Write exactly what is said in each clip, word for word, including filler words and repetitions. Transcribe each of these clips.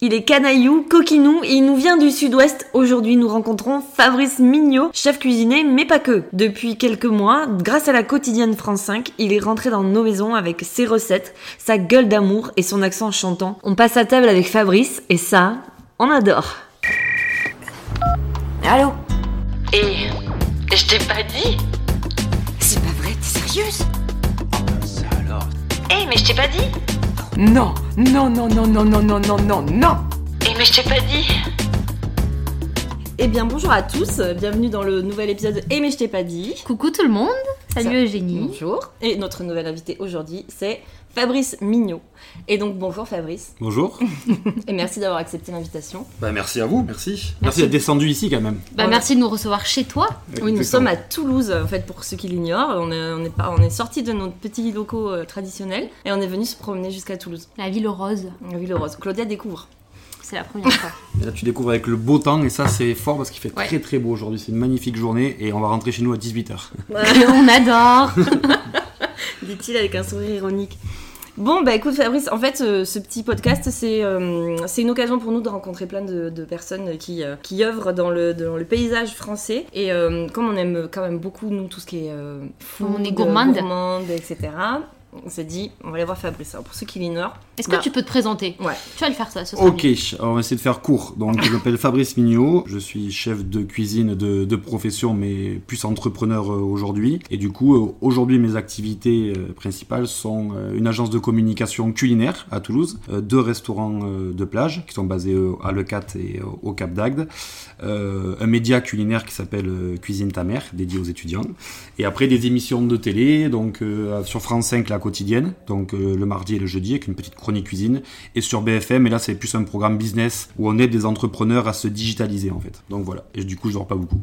Il est canaillou, coquinou et il nous vient du sud-ouest. Aujourd'hui, nous rencontrons Fabrice Mignot, chef cuisinier, mais pas que. Depuis quelques mois, grâce à la quotidienne France cinq, il est rentré dans nos maisons avec ses recettes, sa gueule d'amour et son accent chantant. On passe à table avec Fabrice et ça, on adore. Allô ? Et je t'ai pas dit ? C'est pas vrai, t'es sérieuse ? Ça alors ? Eh, mais je t'ai pas dit ? Non, non, non, non, non, non, non, non, non, non. Eh, mais je t'ai pas dit ? Eh bien, bonjour à tous, bienvenue dans le nouvel épisode Eh mais je t'ai pas dit. Coucou tout le monde, salut Ça, Eugénie. Bonjour. Et notre nouvel invité aujourd'hui, c'est Fabrice Mignot. Et donc, bonjour Fabrice. Bonjour. Et merci d'avoir accepté l'invitation. Bah merci à vous, merci. Merci, merci d'être descendu ici quand même. Bah, On merci de nous recevoir chez toi. Oui, nous Exactement. sommes à Toulouse, en fait, pour ceux qui l'ignorent. On est, on est, pas, on est sortis de nos petits locaux euh, traditionnels et on est venu se promener jusqu'à Toulouse. La ville rose, La ville rose. Claudia découvre. c'est la première fois. Et là tu découvres avec le beau temps et ça c'est fort parce qu'il fait Ouais. très très beau aujourd'hui. C'est une magnifique journée et on va rentrer chez nous à dix-huit heures. On adore. Dit-il avec un sourire ironique. Bon, bah écoute Fabrice, en fait, euh, ce petit podcast, c'est euh, c'est une occasion pour nous de rencontrer plein de, de personnes qui, euh, qui œuvrent dans le, dans le paysage français. Et euh, comme on aime quand même beaucoup, nous, tout ce qui est euh, food, On est gourmande. gourmande, et cetera, on s'est dit, on va aller voir Fabrice. Alors, pour ceux qui l'ignorent... Est-ce que bah, tu peux te présenter ? Ouais. Tu vas le faire ça, ce sera Ok, mieux. alors on va essayer de faire court. Donc je m'appelle Fabrice Mignot, je suis chef de cuisine de, de profession mais plus entrepreneur euh, aujourd'hui. Et du coup, euh, aujourd'hui mes activités euh, principales sont euh, une agence de communication culinaire à Toulouse, euh, deux restaurants euh, de plage qui sont basés euh, à Leucate et euh, au Cap d'Agde, euh, un média culinaire qui s'appelle euh, Cuisine ta mère, dédié aux étudiants. Et après des émissions de télé, donc euh, sur France cinq la quotidienne, donc euh, le mardi et le jeudi avec une petite chronique cuisine, et sur B F M, et là c'est plus un programme business où on aide des entrepreneurs à se digitaliser en fait. Donc voilà, et du coup je dors pas beaucoup.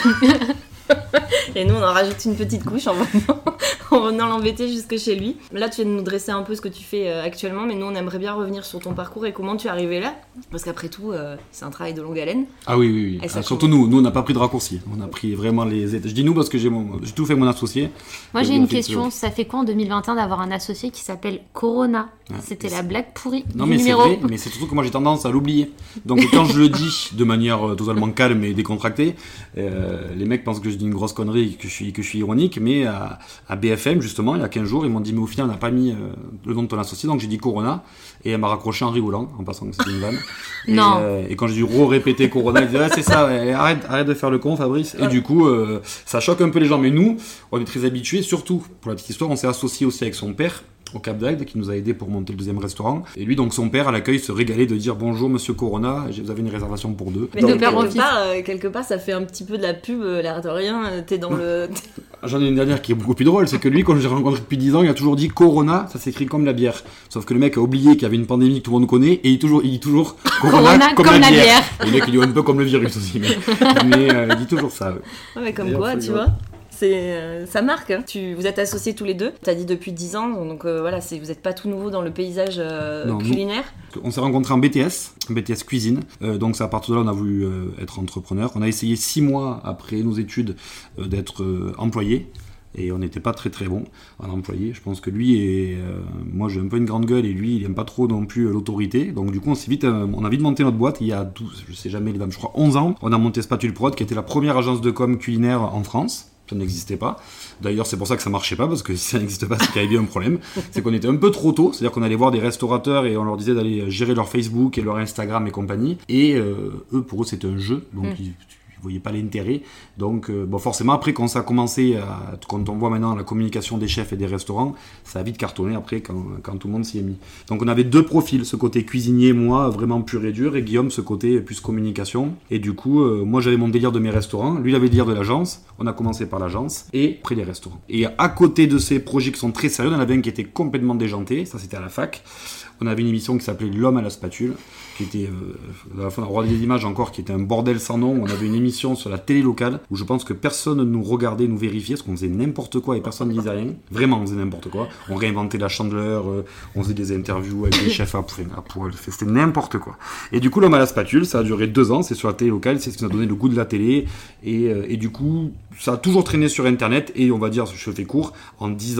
Et nous, on en rajoute une petite couche en venant, en venant l'embêter jusque chez lui. Là, tu viens de nous dresser un peu ce que tu fais euh, actuellement, mais nous, on aimerait bien revenir sur ton parcours et comment tu es arrivé là. Parce qu'après tout, euh, c'est un travail de longue haleine. Ah oui, oui, oui. Et ça Ah, surtout nous, nous on n'a pas pris de raccourci, on a pris vraiment les étapes. Je dis nous parce que j'ai, mon... j'ai tout fait avec mon associé. Moi Et j'ai on une fait question, tout. ça fait quoi en deux mille vingt et un d'avoir un associé qui s'appelle Corona ? Ouais, C'était mais la c'est- blague pourrie Non du mais c'est numéro. vrai, mais c'est surtout que moi j'ai tendance à l'oublier. Donc quand je le dis de manière euh, totalement calme et décontractée, euh, les mecs pensent que je dis une grosse connerie, que je suis, que je suis ironique, mais à, à B F M justement, il y a quinze jours, ils m'ont dit mais au final on n'a pas mis euh, le nom de ton associé, donc j'ai dit Corona, et elle m'a raccroché en rigolant, en passant que c'était une vanne. Et, Non. euh, et quand j'ai dû re-répéter Corona, ils disaient ouais, c'est ça, ouais, arrête, arrête de faire le con Fabrice. Et du coup, euh, ça choque un peu les gens, mais nous, on est très habitués, surtout pour la petite histoire, on s'est associé aussi avec son père, au Cap d'Agde, qui nous a aidé pour monter le deuxième restaurant. Et lui, donc son père, à l'accueil, se régalait de dire bonjour Monsieur Corona, vous avez une réservation pour deux. Mais De donc, père en quelque, fils. part, euh, quelque part, ça fait un petit peu de la pub, euh, l'air de rien. euh, T'es dans le... J'en ai une dernière qui est beaucoup plus drôle, c'est que lui, quand je l'ai rencontré depuis dix ans, il a toujours dit Corona, ça s'écrit comme la bière. Sauf que le mec a oublié qu'il y avait une pandémie que tout le monde connaît, et il, toujours, il dit toujours Corona, Corona comme la bière. Et le mec, il dit un peu comme le virus aussi, mais, mais euh, il dit toujours ça. Ouais. Ouais, mais comme D'ailleurs, quoi, faut tu le vois, c'est, euh, ça marque. Hein. Tu, vous êtes associés tous les deux, t'as dit depuis dix ans, donc euh, voilà, c'est, vous n'êtes pas tout nouveau dans le paysage euh, Non, nous- culinaire. On s'est rencontrés en B T S, en B T S cuisine. Euh, donc c'est à partir de là on a voulu euh, être entrepreneur. On a essayé six mois après nos études euh, d'être euh, employé. Et on n'était pas très très bon en employé. Je pense que lui et euh, moi j'ai un peu une grande gueule et lui il aime pas trop non plus euh, l'autorité. Donc du coup on s'est vite, euh, on a vite monté notre boîte il y a douze, je sais jamais les dames, je crois onze ans. On a monté Spatule Prod qui était la première agence de com culinaire en France. Ça n'existait pas. D'ailleurs, c'est pour ça que ça marchait pas, parce que si ça n'existe pas, c'est qu'il y avait bien un problème. C'est qu'on était un peu trop tôt, c'est-à-dire qu'on allait voir des restaurateurs et on leur disait d'aller gérer leur Facebook et leur Instagram et compagnie. Et euh, eux, pour eux, c'était un jeu, donc Mm. ils, ils voyaient pas l'intérêt. Donc, euh, bon, forcément, après, quand ça a commencé, à, quand on voit maintenant la communication des chefs et des restaurants, ça a vite cartonné après, quand, quand tout le monde s'y est mis. Donc, on avait deux profils, ce côté cuisinier, moi, vraiment pur et dur, et Guillaume, ce côté plus communication. Et du coup, euh, moi, j'avais mon délire de mes restaurants, lui, il avait le délire de l'agence. On a commencé par l'agence, et après les restaurants. Et à côté de ces projets qui sont très sérieux, on en avait un qui était complètement déjanté, ça c'était à la fac. On avait une émission qui s'appelait L'homme à la spatule, qui était, euh, à la fin, on regardait des images encore, qui était un bordel sans nom. On avait une émission sur la télé locale, où je pense que personne ne nous regardait, nous vérifiait, parce qu'on faisait n'importe quoi et personne ne disait rien. Vraiment, on faisait n'importe quoi. On réinventait la chandeleur, euh, on faisait des interviews avec des chefs à, à poil, c'était n'importe quoi. Et du coup, L'homme à la spatule, ça a duré deux ans, c'est sur la télé locale, c'est ce qui nous a donné le goût de la télé, et, euh, et du coup, ça a toujours traîné sur Internet, et on va dire, je fais court, en dix ans,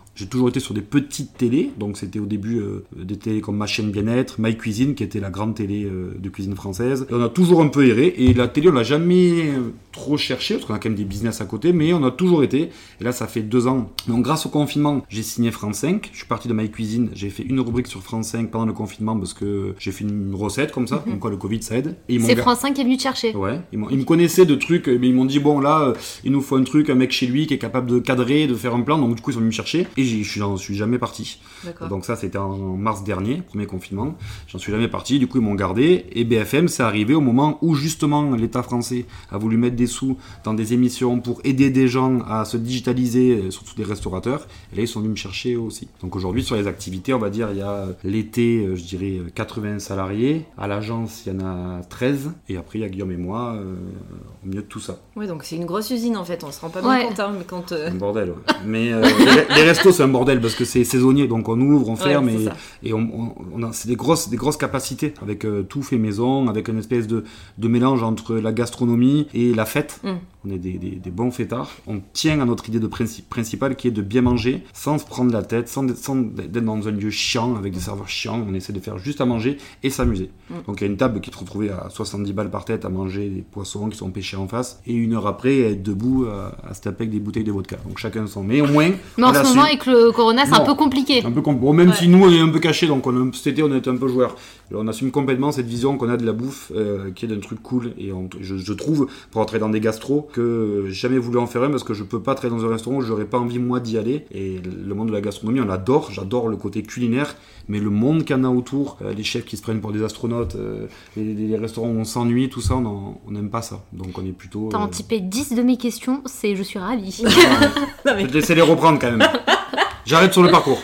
J'ai toujours été sur des petites télés, donc c'était au début euh, des télés comme Ma Chaîne Bien-être, My Cuisine, qui était la grande télé euh, de cuisine française. Et on a toujours un peu erré, et la télé, on l'a jamais euh, trop cherché, parce qu'on a quand même des business à côté, mais on a toujours été. Et là, ça fait deux ans. Donc grâce au confinement, j'ai signé France cinq, je suis parti de My Cuisine, j'ai fait une rubrique sur France cinq pendant le confinement, parce que j'ai fait une recette comme ça, mm-hmm. comme quoi le Covid, ça aide. Et ils m'ont C'est gar... France cinq qui est venu te chercher. Ouais, ils, ils me connaissaient de trucs, mais ils m'ont dit, bon là, euh, il nous faut un truc, un mec chez lui qui est capable de cadrer, de faire un plan, donc du coup, ils sont venus me chercher, et je j'en suis jamais parti. D'accord. Donc ça, c'était en mars dernier, premier confinement. J'en suis jamais parti, du coup ils m'ont gardé. Et B F M, c'est arrivé au moment où justement l'État français a voulu mettre des sous dans des émissions pour aider des gens à se digitaliser, surtout des restaurateurs. Et là, ils sont venus me chercher aussi. Donc aujourd'hui, sur les activités, on va dire, il y a l'été, je dirais quatre-vingts salariés. À l'agence, il y en a treize. Et après, il y a Guillaume et moi euh, au milieu de tout ça. Oui, donc c'est une grosse usine en fait. On se rend pas Ouais. bien compte, hein, mais quand. Euh... Un bordel, ouais. Mais euh, les, les restos, c'est un bordel parce que c'est saisonnier. Donc on ouvre, on ferme Ouais, c'est et, ça. et on, on, on a, c'est des grosses, des grosses capacités avec euh, tout fait maison, avec une espèce de, de mélange entre la gastronomie et la fête. Mm. On est des, des, des bons fêtards. On tient à notre idée de principe, principale qui est de bien manger sans se prendre la tête, sans, sans d'être dans un lieu chiant avec des serveurs chiants. On essaie de faire juste à manger et s'amuser. Mm. Donc il y a une table qui te retrouvait à soixante-dix balles par tête à manger des poissons qui sont pêchés en face et une heure après être debout à, à se taper avec des bouteilles de vodka. Donc chacun son. Mais au moins. Mais en on ce a moment, su- avec le Corona, c'est Non. un peu compliqué. un peu com- bon, même Ouais. si nous on est un peu cachés, donc on a, cet été on était un peu joueurs. Et on assume complètement cette vision qu'on a de la bouffe, euh, qui est d'un truc cool. Et on- je, je trouve, pour entrer dans des gastros, que j'ai jamais voulu en faire un parce que je peux pas travailler dans un restaurant où j'aurais pas envie moi d'y aller. Et le monde de la gastronomie, on l'adore. J'adore le côté culinaire, mais le monde qu'il y en a autour, euh, les chefs qui se prennent pour des astronautes, euh, les, les- les restaurants où on s'ennuie, tout ça, on en- on n'aime pas ça. Donc on est plutôt. T'as euh, anticipé dix de mes questions, c'est je suis ravie. Non, mais... Je vais te laisser les reprendre quand même. J'arrête sur le parcours.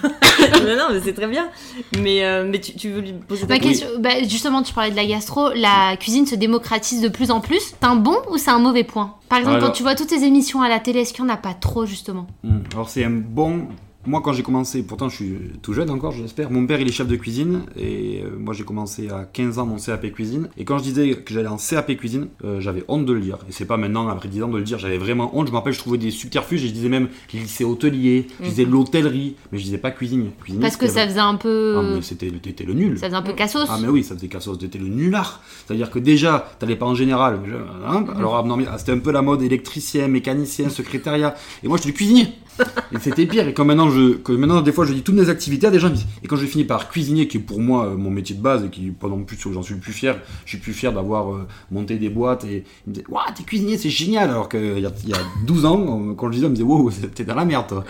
non, non, mais c'est très bien. Mais, euh, mais tu, tu veux lui poser ta Ma question question, bah, justement, tu parlais de la gastro, la cuisine se démocratise de plus en plus. C'est un bon ou c'est un mauvais point? Par exemple, Alors- quand tu vois toutes tes émissions à la télé, est-ce qu'il n'y en a pas trop, justement? Mm. Alors c'est un bon... Moi quand j'ai commencé, pourtant je suis tout jeune encore j'espère, mon père il est chef de cuisine et euh, moi j'ai commencé à quinze ans mon C A P cuisine et quand je disais que j'allais en C A P cuisine, euh, j'avais honte de le dire et c'est pas maintenant après dix ans de le dire, j'avais vraiment honte, je me rappelle je trouvais des subterfuges et je disais même lycée hôtelier, je disais l'hôtellerie, mais je disais pas cuisinier. Cuisinier, Parce que c'était- ça faisait un peu... Ah mais c'était t'étais le nul. Ça faisait un peu cassos. Ah mais oui, ça faisait cassos, t'étais le nulard. C'est-à-dire que déjà, t'allais pas en général. je- hein, alors ah, non, mais, ah, c'était un peu la mode électricien, mécanicien, secrétariat. Et moi, j'étais cuisinier. Et c'était pire. Et quand maintenant, je, que maintenant, des fois, je dis toutes mes activités à des gens. Ils me disent- Et quand je finis par cuisinier, qui est pour moi euh, mon métier de base et qui pas non plus, j'en suis le plus fier. Je suis plus fier d'avoir euh, monté des boîtes. Et ils me disaient, waouh, t'es cuisinier, c'est génial. Alors qu'il y a, il y a douze ans, on- quand je disais, on me disait, wow, t'es dans la merde, toi.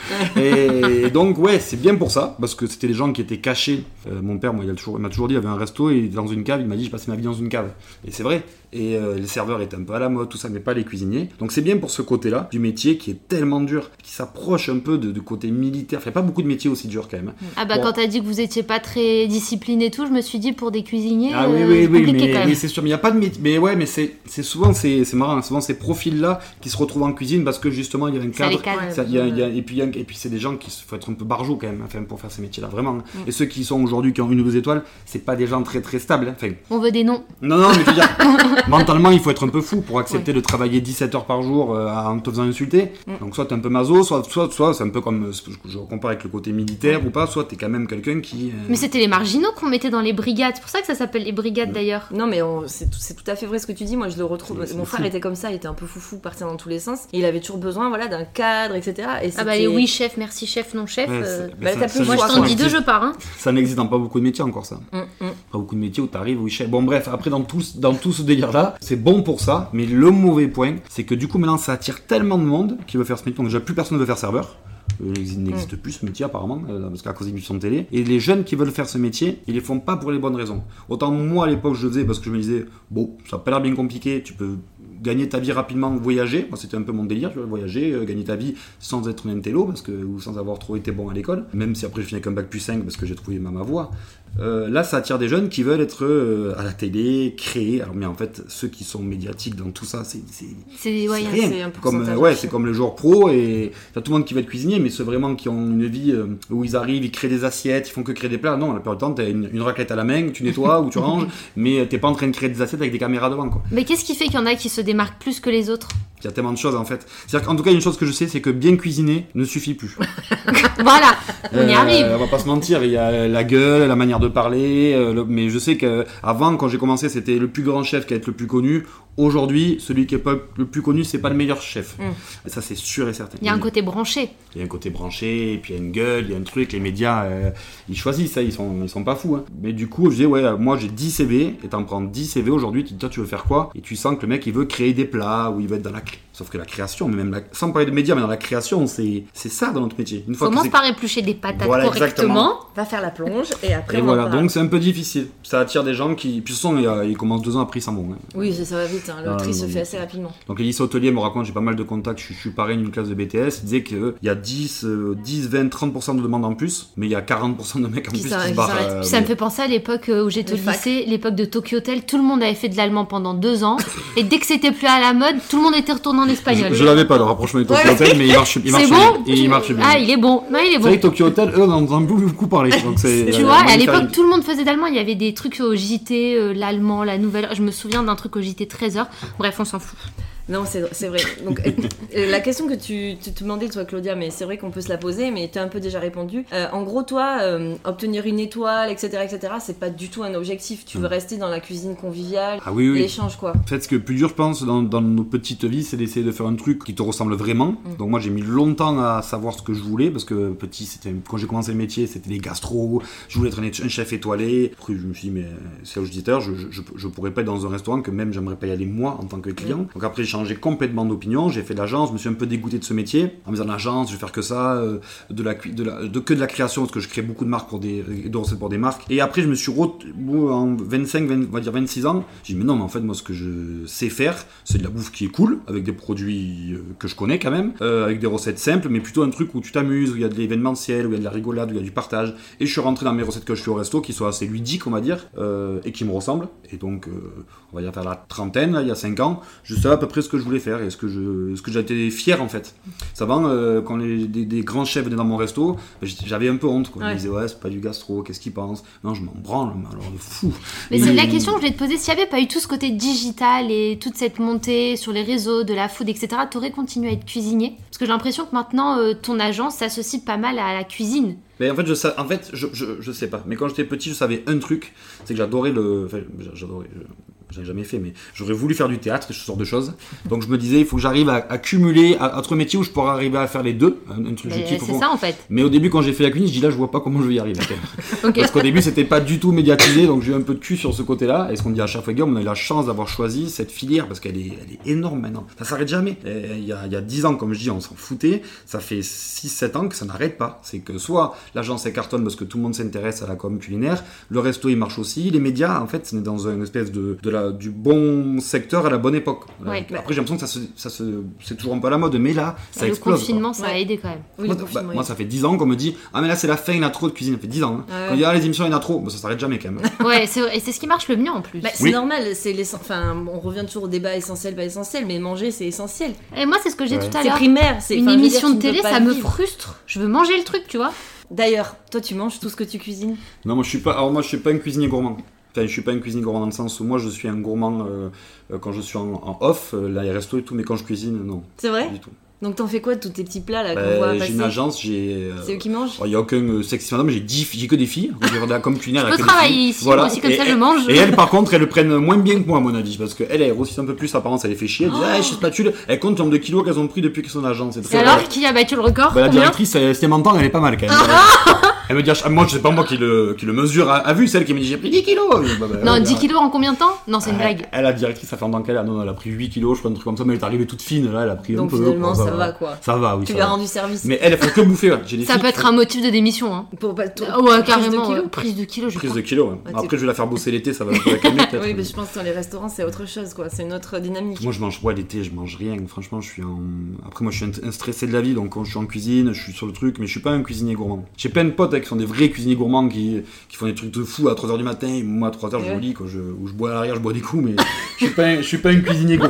Et donc, ouais, c'est bien pour ça, parce que c'était des gens qui étaient cachés. Euh, mon père, moi, il, a toujours, il m'a toujours dit, il avait un resto et dans une cave, il m'a dit, je passais ma vie dans une cave. Et c'est vrai. Et euh, les serveurs étaient un peu à la mode, tout ça, mais pas les cuisiniers. Donc c'est bien pour ce côté-là du métier qui est tellement dur, qui s'approche un peu de, du côté militaire. Il n'y a pas beaucoup de métiers aussi durs quand même. Ah bah Bon. quand t'as dit que vous étiez pas très discipliné et tout, je me suis dit pour des cuisiniers, Ah oui, euh, oui, c'est oui, compliqué mais, quand même. mais c'est sûr, mais il n'y a pas de métier. Mais ouais, mais c'est, c'est souvent, c'est, c'est marrant, souvent ces profils-là qui se retrouvent en cuisine parce que justement il y a un Ça les cadre. cadre. Ouais. Ça, il y a- il y a- et, puis, il y a- et puis c'est des gens qui faut être un peu barjots quand même enfin, pour faire ces métiers-là, vraiment. hein. Et ceux qui sont aujourd'hui, qui ont une ou deux étoiles, c'est pas des gens très très stables. hein. Enfin, On veut des noms. non, non, mais je veux dire, mentalement, il faut être un peu fou pour accepter de travailler dix-sept heures par jour euh, en te faisant insulter. Donc, soit t'es un peu maso, soit, soit, soit c'est un peu comme, euh, je compare avec le côté militaire ou pas, soit t'es quand même quelqu'un qui. euh, Mais c'était les marginaux qu'on mettait dans les brigades, c'est pour ça que ça s'appelle les brigades d'ailleurs. Non, mais on- c'est tout, c'est tout à fait vrai ce que tu dis. Moi, je le retrouve. C'est- c'est Mon fou. frère était comme ça, il était un peu foufou, partir dans tous les sens. Et il avait toujours besoin, voilà, d'un cadre, et cetera. Et Ah bah c'était- les oui chef, merci chef, non chef. ouais, euh, c'est- mais bah, ça- t'as ça plus le Moi je choix, t'en quoi. dis deux, je pars. Hein. Ça n'existe dans pas beaucoup de métiers encore, ça. Mm, mm. Pas beaucoup de métiers où t'arrives, oui, chef. Bon, bref, après, dans tout, dans tout ce délire-là, c'est bon pour ça, mais le mauvais point, c'est que du coup, maintenant, ça attire tellement de monde qui veut faire ce métier. Donc, déjà, plus personne ne veut faire serveur. Euh, Il n'existe plus ce métier apparemment, euh, parce qu'à cause des émissions de télé. Et les jeunes qui veulent faire ce métier, ils les font pas pour les bonnes raisons. Autant moi à l'époque je le faisais parce que je me disais, bon, ça a pas l'air bien compliqué, tu peux gagner ta vie rapidement, voyager. Moi c'était un peu mon délire, tu vois, voyager, euh, gagner ta vie sans être un intello, parce que, ou sans avoir trop été bon à l'école. Même si après je finis avec un bac plus cinq parce que j'ai trouvé ma, ma voie. Euh, là ça attire des jeunes qui veulent être euh, à la télé, créer. Alors mais en fait ceux qui sont médiatiques dans tout ça, c'est... c'est C'est ouais, c'est hein. rien. c'est un Comme, pourcentage euh, ouais, infime. c'est comme le joueur pro et t'as tout le monde qui va être cuisinier, mais ceux vraiment qui ont une vie euh, où ils arrivent, ils créent des assiettes, ils font que créer des plats. Non, la plupart du temps, t'as une, une raclette à la main, tu nettoies ou tu ranges, mais t'es pas en train de créer des assiettes avec des caméras devant, quoi. Mais qu'est-ce qui fait qu'il y en a qui se démarquent plus que les autres? Il y a tellement de choses en fait. C'est-à-dire qu'en tout cas, une chose que je sais, c'est que bien cuisiner ne suffit plus. Voilà, on y Euh, arrive. On va pas se mentir, il y a la gueule, la manière de parler, euh, le- mais je sais qu'avant, quand j'ai commencé, c'était le plus grand chef qui allait être le plus connu. Aujourd'hui, celui qui est pas le plus connu, c'est pas le meilleur chef. Mm. Et ça, c'est sûr et certain. Il y a un côté branché. Il y a un côté branché, et puis il y a une gueule, il y a un truc, les médias, euh, ils choisissent ça, ils sont, ils sont pas fous. Hein. Mais du coup, je disais, ouais, moi j'ai dix C V, et t'en prends dix C V aujourd'hui, tu dis, toi tu veux faire quoi? Et tu sens que le mec, il veut créer des plats, ou il veut être dans la... Sauf que la création, mais même la... sans parler de médias, mais dans la création, c'est, c'est ça dans notre métier. Une fois Commence que c'est... par éplucher des patates Voilà, correctement. exactement. Va faire la plonge et après Et on voilà, en parlera. donc c'est un peu difficile. Ça attire des gens qui... Puis de toute façon, il, y a- il commence deux ans après, ils s'en vont. Hein. Oui, ça, ça va vite, hein. le Ah, tri se non, fait non. assez rapidement. Donc les lycées hôteliers me racontent, j'ai pas mal de contacts, je, suis- je suis parrain d'une classe de B T S, ils disaient qu'il y a dix, euh, dix, vingt, trente pour cent de demandes en plus, mais il y a quarante pour cent de mecs en Qui plus s'arrêtent, qui se qui barrent. s'arrêtent. euh, Puis ça me ouais. fait penser à l'époque euh, où j'étais au Les facs. lycée, l'époque de Tokyo Hotel. Tout le monde avait fait de l'allemand pendant deux ans. Et dès que c'était plus à la mode, tout le monde était retourné en espagnol. Je, je l'avais pas le rapprochement du Tokyo Ouais. Hotel, mais il marche, il marche C'est bien. bon Et il marche bien. Ah, il est bon. Non, il est Vous bon. savez que Tokyo Hotel, eux, on en entend beaucoup parler. Donc c'est, Tu euh, vois, à magnifique. l'époque, tout le monde faisait d'allemand. Il y avait des trucs au J T, euh, l'allemand, la nouvelle. Je me souviens d'un truc au J T treize heures. Bref, on s'en fout. Non, c'est, c'est vrai. Donc, euh, euh, la question que tu, tu te demandais, toi, Claudia, mais c'est vrai qu'on peut se la poser, mais tu as un peu déjà répondu. Euh, en gros, toi, euh, obtenir une étoile, et cetera, et cetera, c'est pas du tout un objectif. Tu veux Mm. rester dans la cuisine conviviale, Ah oui, oui. l'échange, quoi. En fait, ce que le plus dur, je pense, dans, dans nos petites vies, c'est d'essayer de faire un truc qui te ressemble vraiment. Mm. Donc moi, j'ai mis longtemps à savoir ce que je voulais, parce que petit, c'était quand j'ai commencé le métier, c'était les gastros, je voulais être un, un chef étoilé. Après, je me suis dit, mais c'est là où je disais tout à l'heure, je, je, je pourrais pas être dans un restaurant que même j'aimerais pas y aller moi en tant que client. Donc après, j'ai changé complètement d'opinion, j'ai fait de l'agence, je me suis un peu dégoûté de ce métier. En me disant, l'agence, je vais faire que ça, euh, de la, cui- de la, de, que de la création, parce que je crée beaucoup de marques pour des, de recettes pour des marques. Et après, je me suis re- en vingt-cinq, vingt, on va dire vingt-six ans, j'ai dit, mais non, mais en fait, moi, ce que je sais faire, c'est de la bouffe qui est cool, avec des produits euh, que je connais quand même, euh, avec des recettes simples, mais plutôt un truc où tu t'amuses, où il y a de l'événementiel, où il y a de la rigolade, où il y a du partage. Et je suis rentré dans mes recettes que je fais au resto, qui sont assez ludiques, on va dire, euh, et qui me ressemblent. Et donc, euh, on va dire vers la trentaine, là, il y a cinq ans, je savais à peu près ce que je voulais faire et ce que je, ce que j'étais fier en fait. Avant, euh, quand les, des, des grands chefs venaient dans mon resto, j'étais- j'avais un peu honte. Quoi. Ouais. Ils disaient, ouais, c'est pas du gastro, qu'est-ce qu'ils pensent? Non, je m'en branle, mais alors de fou. Mais Et- c'est la question que je vais te poser. S'il n'y avait pas eu tout ce côté digital et toute cette montée sur les réseaux, de la food, et cetera, t'aurais continué à être cuisinier? Parce que j'ai l'impression que maintenant, euh, ton agence s'associe pas mal à la cuisine. Mais en fait, je, sa- en fait je, je, je sais pas. Mais quand j'étais petit, je savais un truc, c'est que j'adorais le. Enfin, j'adorais. je- J'en ai jamais fait, mais j'aurais voulu faire du théâtre et ce genre de choses. Donc je me disais, il faut que j'arrive à, à cumuler à, entre métiers où je pourrais arriver à faire les deux. Un, un truc Mais objectif au c'est fond. ça en fait. Mais au début, quand j'ai fait la cuisine, je dis là, je vois pas comment je vais y arriver. quand même. Ok. Parce qu'au début, c'était pas du tout médiatisé, donc j'ai eu un peu de cul sur ce côté-là. Et ce qu'on dit à chaque fois, Guillaume, on a eu la chance d'avoir choisi cette filière parce qu'elle est, elle est énorme maintenant. Ça s'arrête jamais. Et Il y, a, il y a dix ans, comme je dis, on s'en foutait. Ça fait six sept ans que ça n'arrête pas. C'est que soit l'agence elle cartonne parce que tout le monde s'intéresse à la com culinaire, le resto il marche aussi, les médias, en fait, c'est dans une espèce de, de la, du bon secteur à la bonne époque. Ouais. Euh, Après, j'ai l'impression que ça, se, ça se, c'est toujours un peu à la mode, mais là, ça le explose. quoi. confinement, ça a Ouais. aidé quand même. Oui, Moi, le bah, confinement, moi, oui. ça fait dix ans qu'on me dit ah mais là c'est la fin, il y en a trop de cuisine. Ça fait dix ans. Hein. Ouais. Quand il y a les émissions, il y en a trop. Bah, ça s'arrête jamais quand même. Ouais, c'est et c'est ce qui marche le mieux en plus. Bah, c'est Oui. normal, c'est l'essen- enfin, on revient toujours au débat essentiel, pas essentiel, mais manger c'est essentiel. Et moi, c'est ce que j'ai Ouais. tout à C'est l'heure. primaire. C'est, Une enfin, je veux dire, émission tu de ne peux télé, pas ça me vivre. frustre. Je veux manger le truc, tu vois. D'ailleurs, toi tu manges tout ce que tu cuisines. Non, moi je suis pas. Alors moi je suis pas un cuisinier gourmand. Enfin, je suis pas un cuisinier gourmand dans le sens où moi je suis un gourmand euh, euh, quand je suis en, en off, euh, là les restos et tout, mais quand je cuisine, non. C'est vrai? Pas du tout. Donc t'en fais quoi de tous tes petits plats là qu'on Bah, voit j'ai passer? une agence, j'ai. euh, C'est eux qui mangent? Il n'y a aucun euh, sexy madame, j'ai dix filles- j'ai que des filles. Je veux dire, de la com culinaire, Je il y a peux que des travailler filles. ici, Voilà. aussi comme Et ça, je elle- mange. Et elles, par contre, elles le prennent moins bien que moi, à mon avis, parce qu'elles, elles grossissent un peu plus, apparemment, ça les fait chier. Elles disent, ah, chez Spatule, elles comptent le nombre de kilos qu'elles ont pris depuis qu'elles sont en agence. C'est Et très alors, vrai. qui a battu le record? Bah, la Combien? directrice, euh, Stéphane Mentan, elle est pas mal quand même. Elle me dit, ah, moi, je sais pas moi qui le, qui le mesure à, à vue, celle qui me dit, j'ai pris dix kilos. Bah, bah, Non, ouais, dix bah, kilos en combien de temps? Non, c'est une elle, blague. elle, la directrice, ça fait longtemps qu'elle a. Non, non, elle a pris huit kilos, je crois, un truc comme ça, mais elle est arrivée toute fine, là, elle a pris Donc un peu. finalement quoi, ça bah, va quoi. Ça va, oui. Tu ça lui as va. rendu service. Mais elle, elle fait que bouffer, ouais. J'ai des Ça filles peut qui être font- un motif de démission. Hein. Pour pas tout- Ah ouais, prise de carrément. kilos. ouais. Prise de kilos, je Prise crois. de kilos, ouais. Ah, Après, t'es- je vais la faire bosser l'été, ça va ça va calmer peut-être. Oui, mais je pense que dans les restaurants c'est autre chose quoi. C'est une autre dynamique. Moi, je mange, ouais, l'été, je mange rien. Franchement, je suis en. Après, moi, je suis un, un stressé de la vie, donc quand je suis en cuisine, je suis sur le truc, mais je suis pas un cuisinier gourmand. J'ai plein de potes hein, qui sont des vrais cuisiniers gourmands qui, qui font des trucs de fou à trois heures du matin. Et moi, à trois heures, je Ouais. me lis, quand je, où je bois à l'arrière, je bois des coups, mais je suis pas un, je suis pas un cuisinier gourmand.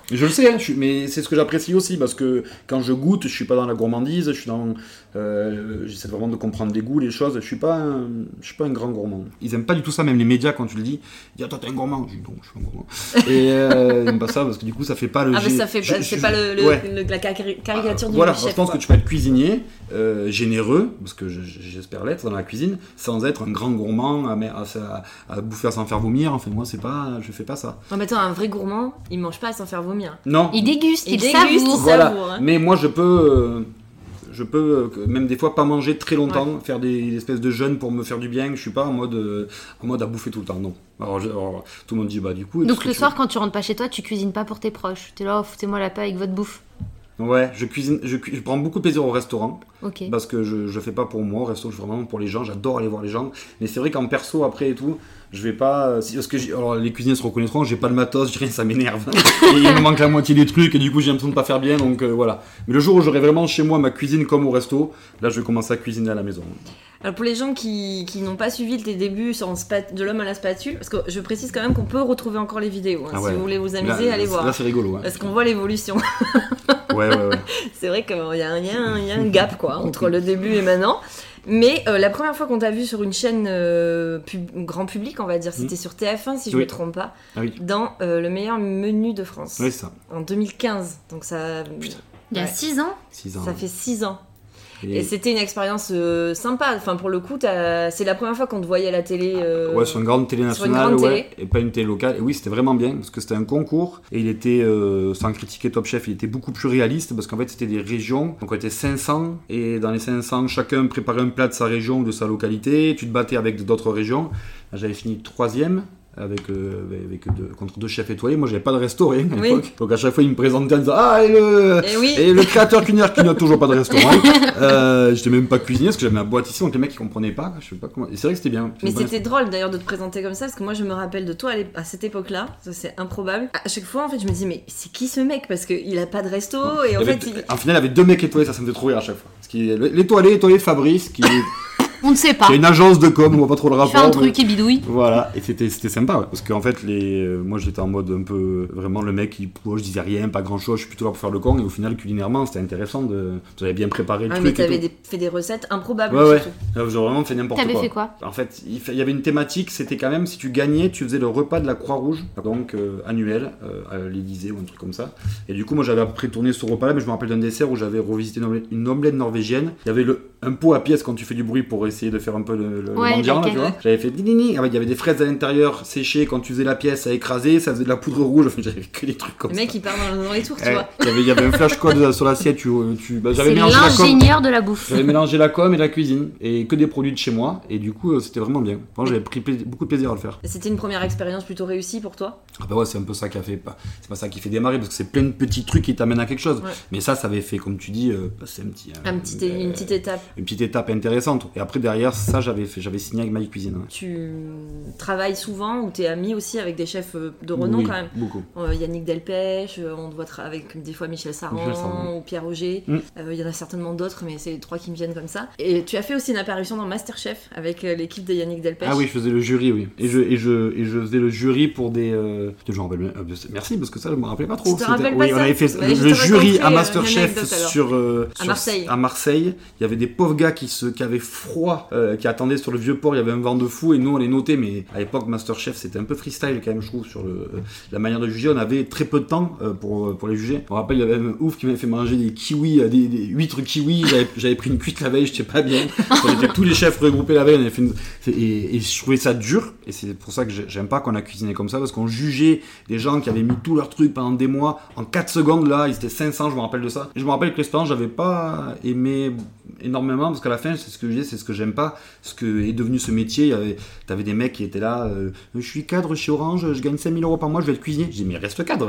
Je le sais, hein, je suis- mais c'est ce que j'apprécie aussi parce que quand je goûte, je suis pas dans la gourmandise, je suis dans, euh, j'essaie vraiment de comprendre les goûts, les choses. Je suis pas, un, je suis pas un grand gourmand. Ils aiment pas du tout ça, même les médias quand tu le dis. Ils disent ah, toi t'es un gourmand. Je dis non, je suis un gourmand. Et euh, ils aiment pas ça parce que du coup ça fait pas le. Ah mais gé- ça fait je- pas, je- c'est je- pas le, le- ouais. le- la cari- caricature Ah, du voilà, chef. je pense quoi. que tu peux être cuisinier, euh, généreux, parce que je- je- j'espère l'être dans la cuisine, sans être un grand gourmand à, à, à- à bouffer à s'en faire vomir. Enfin moi c'est pas, je fais pas ça. Non mais attends, un vrai gourmand, il mange pas à s'en faire vomir. Non. Il déguste, il, Il déguste, savoure. il Voilà. savoure, hein. Mais moi, je peux, euh, je peux euh, même des fois pas manger très longtemps, faire des, des espèces de jeûnes pour me faire du bien. Je suis pas en mode, euh, en mode à bouffer tout le temps, non. Alors, je- alors, tout le monde dit bah du coup. Donc qu'est-ce le que soir, tu quand tu rentres pas chez toi, tu cuisines pas pour tes proches. T'es là, oh, foutez-moi la paix avec votre bouffe. veux Ouais, je cuisine, je, cu- je prends beaucoup de plaisir au restaurant Ok. parce que je, je fais pas pour moi au resto, je fais vraiment pour les gens. J'adore aller voir les gens. Mais c'est vrai qu'en perso après et tout, je vais pas. si- Parce que j'ai- alors les cuisiniers se reconnaîtront, j'ai pas de matos, j'ai rien, ça m'énerve. Et il me manque la moitié des trucs et du coup j'ai l'impression de pas faire bien, donc euh, voilà. Mais le jour où j'aurai vraiment chez moi ma cuisine comme au resto, là je vais commencer à cuisiner à la maison. Alors pour les gens qui, qui n'ont pas suivi tes débuts sur spat- de l'homme à la spatule, parce que je précise quand même qu'on peut retrouver encore les vidéos. hein. Ah Si ouais. vous voulez vous amuser, Là, allez là, voir. Là c'est rigolo. Hein. Parce qu'on voit l'évolution. Ouais, ouais, ouais. C'est vrai qu'il y a, un- il y a un- il y a un gap quoi entre le début et maintenant. Mais euh, la première fois qu'on t'a vu sur une chaîne euh, pub- grand public, on va dire, c'était sur T F un si je Oui. me trompe pas, Ah oui. dans euh, le meilleur menu de France Ouais, c'est ça. en deux mille quinze. Donc ça, Il y a ouais, six ans. six ans. ça fait six ans. Et- Et c'était une expérience euh, sympa. Enfin pour le coup, t'as- c'est la première fois qu'on te voyait à la télé. euh, Ouais, sur une grande télé sur une nationale, grande ouais, et pas une télé locale. Et oui, c'était vraiment bien, parce que c'était un concours, et il était, euh, sans critiquer Top Chef, il était beaucoup plus réaliste, parce qu'en fait, c'était des régions, donc on était cinq cents, et dans les cinq cents, chacun préparait un plat de sa région ou de sa localité, tu te battais avec d'autres régions. Là, j'avais fini troisième, avec, euh, avec deux, contre deux chefs étoilés. Moi, j'avais pas de resto, rien à Oui. l'époque. Donc à chaque fois, ils me présentaient en disant ah, et le, Et oui. et le créateur culinaire qui n'a toujours pas de restaurant. euh, j'étais même pas cuisinier parce que j'avais ma boîte ici, donc les mecs ils comprenaient pas. Je sais pas comment. Et c'est vrai que c'était bien. Mais C'est une bonne c'était drôle d'ailleurs de te présenter comme ça, parce que moi je me rappelle de toi à, l'ép- à cette époque-là, ça c'est improbable. À chaque fois en fait je me dis mais c'est qui ce mec, parce qu'il a pas de resto et Il y en avait fait deux- il... En finale, il y avait deux mecs étoilés, ça, ça me fait trop rire à chaque fois. Parce qu'il y a l'étoilé, étoilé de Fabrice, qui, On ne sait pas. qui a une agence de com, on voit pas trop le Il rapport. fait un mais- truc et bidouille. Voilà, et c'était, c'était sympa, ouais, parce qu'en fait, les, euh, moi j'étais en mode un peu, vraiment le mec qui, moi je disais rien, pas grand chose, je suis plutôt là pour faire le con, et au final, culinairement, c'était intéressant, de, vous avez bien préparé le Ah mais truc et t'avais tout. des- fait des recettes improbables Ouais, ouais, surtout. Là, j'ai vraiment fait n'importe T'avais quoi. fait quoi? En fait, il, fa- il y avait une thématique, c'était quand même, si tu gagnais, tu faisais le repas de la Croix-Rouge, donc euh, annuel, euh, à l'Élysée ou un truc comme ça. Et du coup, moi j'avais après tourné ce repas-là, mais je me rappelle d'un dessert où j'avais revisité une omelette, une omelette norvégienne. Il y avait le, un pot à pièces quand tu fais du bruit pour essayer de faire un peu le, le Ouais, mendiant, là, laquelle, tu vois. ouais. J'avais fait dini, il y avait des fraises à l'intérieur séchées quand tu faisais la pièce à écraser, ça faisait de la poudre rouge, enfin, j'avais que des trucs comme Le ça. mec il part dans, dans les tours, tu Ouais, vois. il y avait, il y avait un flash code sur l'assiette, tu, tu, bah, j'avais C'est mélangé la com. l'ingénieur de la bouffe. J'avais mélangé la com et la cuisine, et que des produits de chez moi, et du coup euh, c'était vraiment bien. Moi j'avais pris pla- beaucoup de plaisir à le faire. Et c'était une première expérience plutôt réussie pour toi. Ah bah ouais, c'est un peu ça qui a fait, pas, c'est pas ça qui fait démarrer, parce que c'est plein de petits trucs qui t'amènent à quelque chose. Ouais. Mais ça, ça avait fait, comme tu dis, euh, passer un petit, Un petit, euh, une petite étape. une petite étape intéressante. Et après derrière, ça j'avais fait, j'avais signé avec My Cuisine. Ouais. Tu travailles souvent ou t'es ami aussi avec des chefs euh, de renom Oui, quand même. beaucoup. Euh, Yannick Delpech, euh, on te voit tra- avec des fois Michel Saran, Michel Saran. ou Pierre Auger. Mm. Euh, Il y en a certainement d'autres, mais c'est les trois qui me viennent comme ça. Et tu as fait aussi une apparition dans Masterchef avec euh, l'équipe de Yannick Delpech. Ah oui, je faisais le jury, oui. Et je, et je, et je faisais le jury pour des. Euh... Je me rappelle bien. euh, Merci, parce que ça, je me rappelais pas trop. Tu te C'était- rappelles oui, pas on ça avait fait Ouais, je le te jury raconterai, à euh, une Masterchef anecdote, alors. sur, euh, À sur- Marseille. à Marseille. Il y avait des pauvres gars qui, se, qui avaient froid, euh, qui attendaient sur le vieux port. Il y avait un vent de fou, et nous, on les notait. Mais à l'époque, Masterchef, c'était un peu freestyle quand même, je trouve, sur le, la manière de juger. On avait très peu de temps euh, pour, pour les juger. Je me rappelle, il y avait un ouf qui m'avait fait manger des kiwis, euh, des, des huîtres kiwis. J'avais, j'avais pris une cuite la veille, j'étais pas bien. On était tous les chefs regroupés la veille. On avait fait une- et, et je trouvais ça dur. Et c'est pour ça que j'ai- j'aime pas qu'on a cuisiné comme ça, parce qu'on jugeait des gens qui avaient mis tout leur truc pendant des mois. En quatre secondes, là, ils étaient cinq cents, je me rappelle de ça. Et je me rappelle que l'expérience, j'avais pas aimé énormément, parce qu'à la fin, c'est ce que je disais, c'est ce que j'aime pas, ce que est devenu ce métier. Il y avait, t'avais des mecs qui étaient là, euh, je suis cadre chez Orange, je gagne cinq mille euros par mois, je vais être cuisinier. Je dis, mais reste cadre.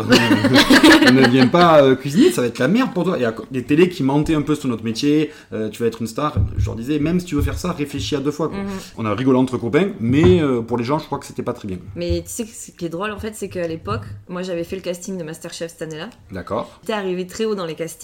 Ne viens pas euh, cuisiner, ça va être la merde pour toi. Il y a des télés qui mentaient un peu sur notre métier, euh, tu vas être une star. Je leur disais, même si tu veux faire ça, réfléchis à deux fois, quoi. Mhm. On a rigolé entre copains, mais euh, pour les gens, je crois que c'était pas très bien. Mais tu sais que ce qui est drôle en fait, c'est qu'à l'époque, moi j'avais fait le casting de Masterchef cette année-là. D'accord. J'étais arrivé très haut dans les castings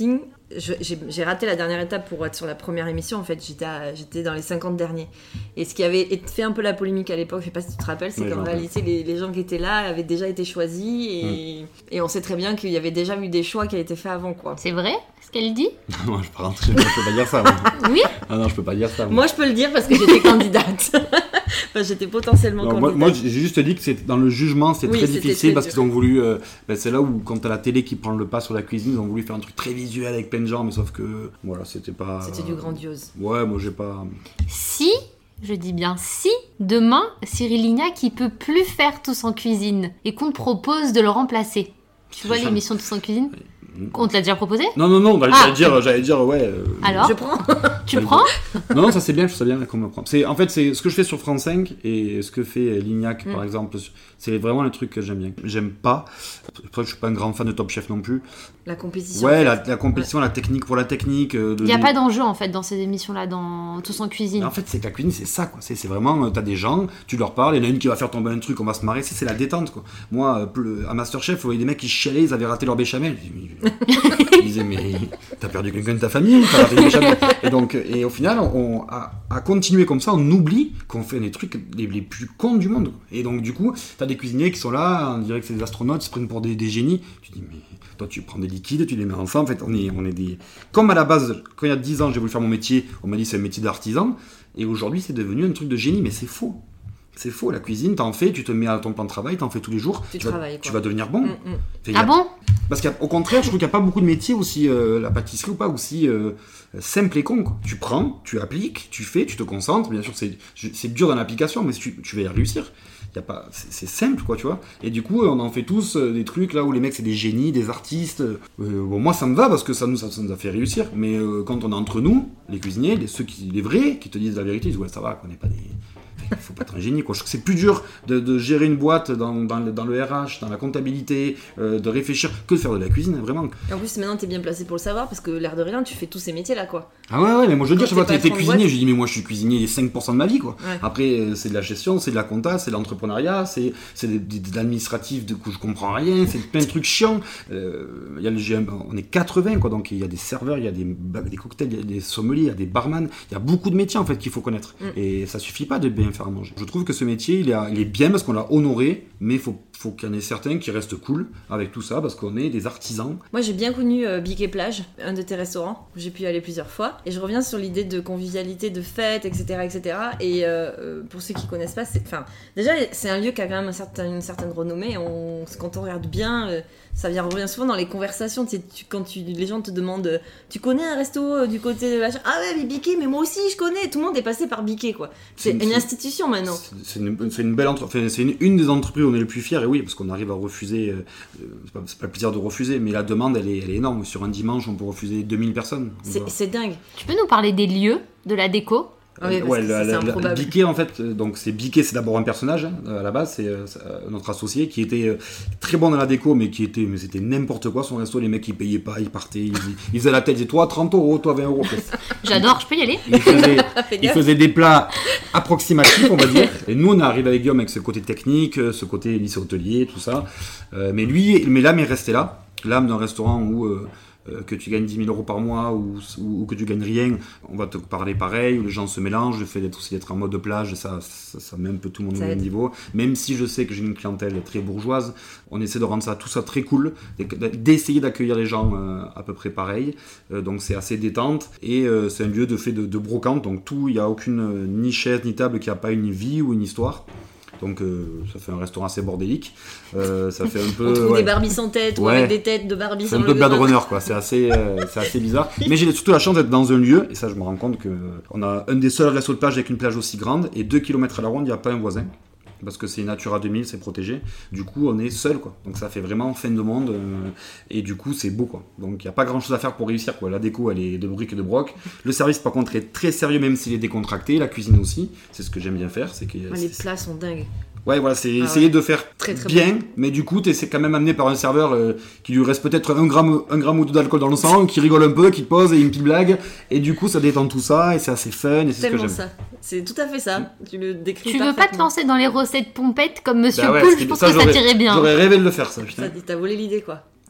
je- j'ai, j'ai raté la dernière étape pour être sur la première émission. En fait, j'étais, à- j'étais dans les cinquante derniers. Et ce qui avait été- fait un peu la polémique à l'époque, je sais pas si tu te rappelles, c'est Oui, je qu'en me rappelle. réalité, les, les gens qui étaient là avaient déjà été choisis. Et, et on sait très bien qu'il y avait déjà eu des choix qui avaient été faits avant, quoi. C'est vrai ce qu'elle dit? Non, je peux, pas rentrer, je peux pas dire ça. Moi. Oui. Ah non, je peux pas dire ça. moi. Moi, je peux le dire parce que j'étais candidate. Enfin, j'étais potentiellement Non, moi, candidate. moi, j'ai juste dit que c'est dans le jugement, c'est Oui, très c'était difficile très parce dur. qu'ils ont voulu. euh, ben, c'est là où, quand t'as la télé qui prend le pas sur la cuisine, ils ont voulu faire un truc très visuel avec plein de gens, mais sauf que voilà, c'était pas. C'était du euh, grandiose. Ouais, moi j'ai pas. Si, je dis bien si, demain, Cyril Lignac, il peut plus faire Tous en cuisine et qu'on te propose de le remplacer. Tu vois l'émission Tous en cuisine? On te l'a déjà proposé? Non, non, non, j'allais Ah. dire, j'allais dire, ouais. euh, Alors Je prends. Tu prends? Non, non, ça c'est bien, je sais bien qu'on me prend. C'est, en fait, c'est ce que je fais sur France cinq et ce que fait Lignac, Mm. par exemple. C'est vraiment les trucs que j'aime bien. J'aime pas. Après, je suis pas un grand fan de Top Chef non plus. La compétition. Ouais, la, la compétition, la technique pour la technique. euh, de- Il n'y a pas d'enjeu en fait dans ces émissions-là, dans Tous en cuisine. En fait, c'est que la cuisine, c'est ça, quoi. C'est, c'est vraiment, euh, t'as des gens, tu leur parles, il y en a une qui va faire tomber un truc, on va se marrer, c'est, c'est la détente, quoi. Moi, euh, le- à Masterchef, il y a des mecs qui chialaient, ils avaient raté leur béchamel. Je dis, mais- Ils disaient, mais t'as perdu quelqu'un de ta famille, t'as raté le béchamel. Et donc, et au final, on, à, à continuer comme ça, on oublie qu'on fait des trucs les, les plus cons du monde. Et donc, du coup, t'as des cuisiniers qui sont là, on dirait que c'est des astronautes, ils se prennent pour des, des génies. Tu dis, mais toi, tu prends des liquides, tu les mets ensemble. En fait, on est, on est des. Comme à la base, quand il y a dix ans, j'ai voulu faire mon métier, on m'a dit c'est un métier d'artisan. Et aujourd'hui, c'est devenu un truc de génie, mais c'est faux. C'est faux, la cuisine, t'en fais, tu te mets à ton plan de travail, t'en fais tous les jours. Tu vas, travailles, quoi. tu vas devenir bon. Mm, mm. Fait, il y a- Ah bon? Parce qu'au contraire, je trouve qu'il n'y a pas beaucoup de métiers aussi, euh, la pâtisserie ou pas, aussi euh, simple et con, quoi. Tu prends, tu appliques, tu fais, tu te concentres. Bien sûr, c'est, c'est dur dans l'application, mais tu, tu vas y réussir. Y a pas, c'est, c'est simple, quoi, tu vois. Et du coup, on en fait tous euh, des trucs là où les mecs, c'est des génies, des artistes. Euh, bon, moi, ça me va parce que ça nous, ça, ça nous a fait réussir. Mais euh, quand on est entre nous, les cuisiniers, les, ceux qui, les vrais, qui te disent la vérité, ils disent ouais, ça va, qu'on n'est pas des. Il faut pas être un génie, quoi. Je trouve que c'est plus dur de, de gérer une boîte dans, dans, le, dans le R H, dans la comptabilité, euh, de réfléchir, que de faire de la cuisine, vraiment. Et en plus, maintenant, t'es bien placé pour le savoir parce que l'air de rien, tu fais tous ces métiers-là, quoi. Ah ouais, ouais, mais moi je veux dire, Quand je sais pas, t'es t'es, t'es patron de cuisinier, boîte. je dis, mais moi je suis cuisinier les cinq pour cent de ma vie, quoi. Ouais. Après, euh, c'est de la gestion, c'est de la compta, c'est de l'entrepreneuriat, c'est, c'est de, de, de l'administratif, de coup je comprends rien, c'est plein de trucs chiants. Euh, il y a le G M, on est quatre-vingts, quoi, donc il y a des serveurs, il y a des, des cocktails, il y a des sommeliers, il y a des barman, il y a beaucoup de métiers en fait qu'il faut connaître. Mm. Et ça suffit pas de bien faire à manger. Je trouve que ce métier, il est, il est bien parce qu'on l'a honoré, mais il faut, faut qu'il y en ait certains qui restent cool avec tout ça parce qu'on est des artisans. Moi, j'ai bien connu euh, Bic et Plage, un de tes restaurants où j'ai pu y aller plusieurs fois. Et je reviens sur l'idée de convivialité, de fête, et cetera, et cetera. Et euh, euh, pour ceux qui connaissent pas, c'est, enfin, déjà, c'est un lieu qui a quand même un certain, une certaine renommée. On, quand on regarde bien, euh, ça vient revient souvent dans les conversations. Tu sais, tu- quand tu, les gens te demandent, euh, tu connais un resto euh, du côté de la ch- Ah ouais, mais Biquet, mais moi aussi je connais. Tout le monde est passé par Biquet, quoi. C'est C'est- une c'est- institution maintenant. C'est, c'est une, c'est une belle entreprise, enfin, c'est une, une des entreprises où on est le plus fiers, et oui, parce qu'on arrive à refuser, euh, euh, c'est, pas, c'est pas le plaisir de refuser, mais la demande elle est, elle est énorme. Sur un dimanche, on peut refuser deux mille personnes. C'est, Donc, c'est dingue. Tu peux nous parler des lieux, de la déco? Ah oui, parce ouais, que la- ça, c'est la- la- improbable. Biquet en fait, euh, donc c'est Biquet, c'est d'abord un personnage hein, à la base, c'est, euh, c'est, euh, notre associé qui était euh, très bon dans la déco, mais qui était, mais c'était n'importe quoi son resto. Les mecs ils payaient pas, ils partaient, ils, ils faisaient la tête, ils disaient toi trente euros, toi vingt euros. J'adore, je peux y aller? Il faisait, Fais il gaffe. faisait des plats approximatifs, on va dire. Et nous, on est arrivé avec Guillaume avec ce côté technique, ce côté lycée hôtelier, tout ça. Euh, mais lui, mais l'âme est restée là. L'âme d'un restaurant où euh, euh, que tu gagnes dix mille euros par mois ou, ou, ou que tu gagnes rien, on va te parler pareil, où les gens se mélangent. Le fait d'être aussi d'être en mode de plage, ça, ça, ça met un peu tout le monde Ça au même aide. niveau. Même si je sais que j'ai une clientèle très bourgeoise, on essaie de rendre ça tout ça très cool, d'essayer d'accueillir les gens euh, à peu près pareil. Euh, donc c'est assez détente et euh, c'est un lieu de fait de, de brocante. Donc tout, il n'y a aucune euh, ni chaise ni table qui n'a pas une vie ou une histoire. Donc euh, ça fait un restaurant assez bordélique. Euh, ça fait un peu. On trouve ouais. des Barbies sans tête ou Ouais. avec des têtes de Barbie C'est sur un le peu Blade gras. Runner, quoi. C'est assez, euh, c'est assez bizarre. Mais j'ai surtout la chance d'être dans un lieu, et ça, je me rends compte que euh, on a un des seuls restos de plage avec une plage aussi grande, et deux kilomètres à la ronde, il n'y a pas un voisin. Parce que c'est Natura deux mille, c'est protégé. Du coup, on est seul, quoi. Donc ça fait vraiment fin de monde. euh, et du coup, c'est beau, quoi. Donc il n'y a pas grand chose à faire pour réussir, quoi. La déco, elle est de briques et de broc. Le service, par contre, est très sérieux, même s'il est décontracté. La cuisine aussi. C'est ce que j'aime bien faire. C'est que, Ah, les plats sont dingues. Ouais, voilà, c'est Ah essayer ouais. de faire Très, très bien, mais du coup, t'es c'est quand même amené par un serveur euh, qui lui reste peut-être un gramme, un gramme ou deux d'alcool dans le sang, qui rigole un peu, qui pose et une petite blague, et du coup, ça détend tout ça, et c'est assez fun, et c'est ce que Tellement j'aime. ça. C'est tout à fait ça. Tu le décris Tu veux pas te parfaitement. lancer dans les recettes pompettes comme Monsieur Bah ouais, Poul? c'est- Je pense ça, que ça j'aurais- t'irait bien. J'aurais rêvé de le faire, ça, putain. Ça, t'as volé l'idée, quoi.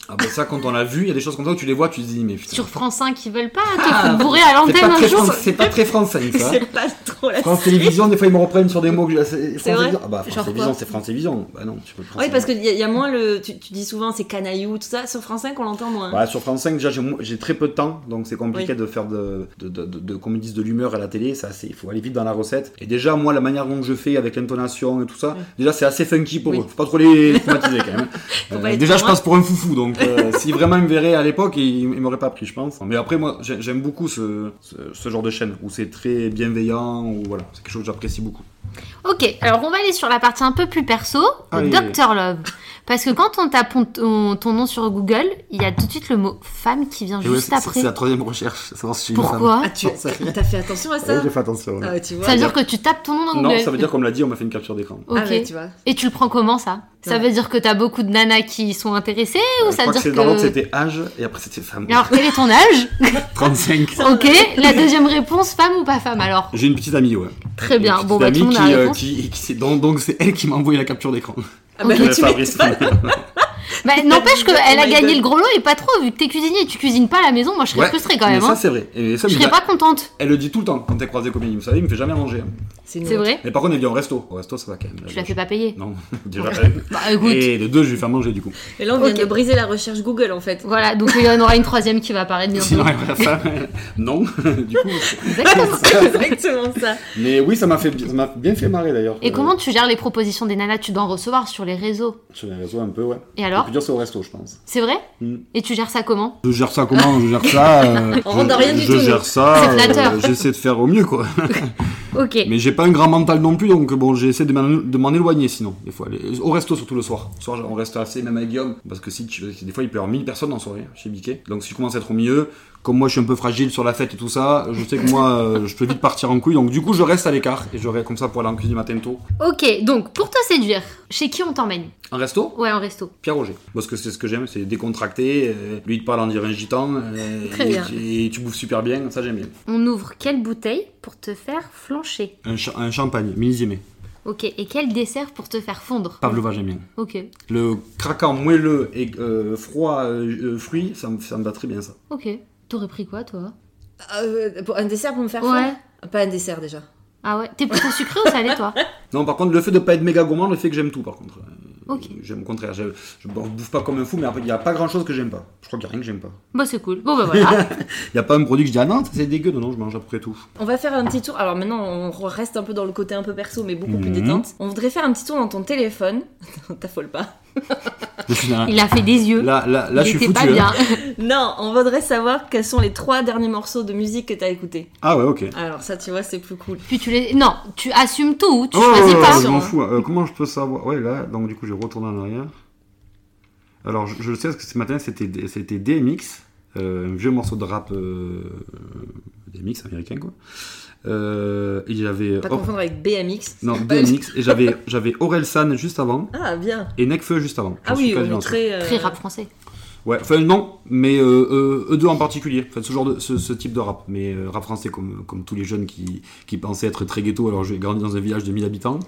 Ah bah ça, quand on l'a vu, il y a des choses comme ça où tu les vois, tu te dis, mais putain. Sur France cinq, ils veulent pas te Ah, foutre bourré à c'est l'antenne pas un très jour. France- C'est pas très français, ça. C'est pas trop la France Télévisions, des fois ils me reprennent sur des mots que j'ai. C'est France vrai Télévisions. Ah bah France Genre Télévisions, quoi c'est France Télévisions. Bah non, tu peux France Oui, parce Télévisions. qu'il y, a- y a moins le. Tu, tu dis souvent c'est canaillou, tout ça. Sur France cinq, on l'entend moins. Bah, sur France cinq, déjà, j'ai, mo- j'ai très peu de temps, donc c'est compliqué Oui. de faire de, de, de, de, de- comme ils disent, de l'humeur à la télé. Ça, c'est, il faut aller vite dans la recette. Et déjà, moi, la manière dont je fais, avec l'intonation et tout ça, Oui. déjà, c'est assez funky pour Oui. eux. Faut pas trop les traumatiser quand même. Faut Euh, pas être déjà, je trop loin. passe pour un foufou, donc euh, si vraiment ils me verraient à l'époque, ils, ils m'auraient pas pris, je pense. Mais après, moi, j'ai- j'aime beaucoup ce, ce, ce genre de chaîne où c'est très bienveillant, ou voilà, c'est quelque chose que j'apprécie beaucoup. Ok, alors on va aller sur la partie un peu plus perso, Allez. docteur Love. Parce que quand on tape ton, ton nom sur Google, il y a tout de suite le mot femme qui vient Et ouais, juste c'est, après. c'est la troisième recherche, savoir si je suis une femme. Pourquoi Ah, tu as fait attention à Ouais, ça j'ai fait attention. ouais. Ah, tu vois. Ça veut dire que tu tapes ton nom dans Google. Non, ça veut dire, comme l'a dit, on m'a fait une capture d'écran. Ok. Ah, ouais, tu vois. Et tu le prends comment ça Ça Ouais. veut dire que t'as beaucoup de nanas qui sont intéressées ou Euh, ça je veut crois que dire c'est, que... dans l'autre, c'était âge, et après, c'était femme. Alors quel est ton âge trente-cinq. Ok, la deuxième réponse, femme ou pas femme alors J'ai une petite amie, ouais. Très bien, Une bon petite bah tout le amie monde a qui, la euh, réponse. qui, qui- c'est, donc, donc c'est elle qui m'a envoyé la capture d'écran. Ah, bah, Euh, tu Fabrice. m'étonnes. Bah, n'empêche Oh qu'elle a my gagné God. le gros lot et pas trop, vu que t'es cuisinier et tu cuisines pas à la maison, moi je serais Ouais, frustrée quand mais même. ça Hein. c'est vrai. Et ça, Je mais serais ça- pas contente. Elle le dit tout le temps quand elle croise des copines. Vous savez, il me fait jamais manger. hein. C'est une C'est honte. vrai Mais par contre, elle vient au resto. Au resto, ça va quand même. Tu la fais pas payer. Non, déjà. Bah écoute, Et de deux, je vais faire manger du coup. Et là, on vient Ok. de briser la recherche Google en fait. voilà, donc il y en aura une troisième qui va apparaître bientôt. Sinon, elle va faire. Non, du coup. Exactement. C'est exactement ça. Mais oui, ça m'a, fait, ça m'a bien fait marrer d'ailleurs. Et Euh, comment tu gères les propositions des nanas? Tu dois en recevoir sur les réseaux. Sur les réseaux, un peu, ouais. Et Le alors plus dur, c'est au resto, je pense. C'est vrai Mm. Et tu gères ça comment? Je gère ça comment? Je gère ça. euh, On rentre dans rien je, du je tout, gère nous. ça. C'est flatteur. euh, j'essaie de faire au mieux, quoi. Ok. Mais j'ai pas un grand mental non plus, donc bon, j'essaie de m'en, de m'en éloigner sinon, des fois. Les- Au resto, surtout le soir. Le soir, on reste assez, même avec Guillaume, parce que si tu, des fois, il peut y avoir mille personnes en soirée chez Biquet. Donc si je commence à être au milieu, comme moi je suis un peu fragile sur la fête et tout ça, je sais que moi, euh, je peux vite partir en couille, donc du coup, je reste à l'écart et je reste comme ça pour aller en cuisine matin tôt. Ok, donc pour te séduire, chez qui on t'emmène? En resto, Ouais, en resto. Pierre Roger. Parce que c'est ce que j'aime, c'est décontracté, euh, lui il te parle en dire un gitan, euh, Très et, bien. et tu bouffes super bien, ça j'aime bien. On ouvre quelle bouteille pour te faire flancher? Un, cha- un champagne, millésimé. Ok, et quel dessert pour te faire fondre? Pavlova, j'aime bien. Ok, Le craquant moelleux et euh, froid euh, euh, fruit, ça me, ça me va très bien ça. ok. T'aurais pris quoi toi? Euh, pour un dessert pour me faire Ouais. fondre Pas un dessert déjà. Ah ouais, t'es plutôt sucré ou salé toi? Non, par contre, le fait de pas être méga gourmand, le fait que j'aime tout, par contre. Euh, Ok. J'aime au contraire. Je, je bouffe pas comme un fou, mais après, il n'y a pas grand chose que j'aime pas. Je crois qu'il n'y a rien que j'aime pas. Bah c'est cool. Bon bah voilà. Il n'y a pas un produit que je dis, ah non, ça c'est dégueu. Non, non, je mange à peu près tout. On va faire un petit tour. Alors maintenant, on reste un peu dans le côté un peu perso, mais beaucoup plus Mhm. détente. On voudrait faire un petit tour dans ton téléphone. T'affole pas. Je suis dans- Il a fait des yeux. Là, là, là Il je suis était foutu. pas bien. hein. Non, on voudrait savoir quels sont les trois derniers morceaux de musique que t'as écoutés. Ah ouais, ok. Alors ça, tu vois, c'est plus cool. Puis tu les... Non, tu assumes tout, tu Oh, choisis pas. je m'en fous. Euh, comment je peux savoir? Ouais, là, donc du coup, je retourne en arrière. Alors, je, je le sais parce que ce matin, c'était, c'était D M X, euh, un vieux morceau de rap euh, D M X américain, quoi. Euh, et j'avais. Pas oh, confondre avec B M X. non, D M X. Et j'avais, j'avais Orelsan juste avant Ah, bien. et Nekfeu juste avant. Ah J'en suis oui, on quasiment est sûr. très... euh, Très rap français. Ouais, enfin non, mais euh, euh, eux deux en particulier, enfin, ce genre de ce, ce type de rap, mais euh, rap français comme, comme tous les jeunes qui, qui pensaient être très ghetto, alors j'ai grandi dans un village de mille habitants,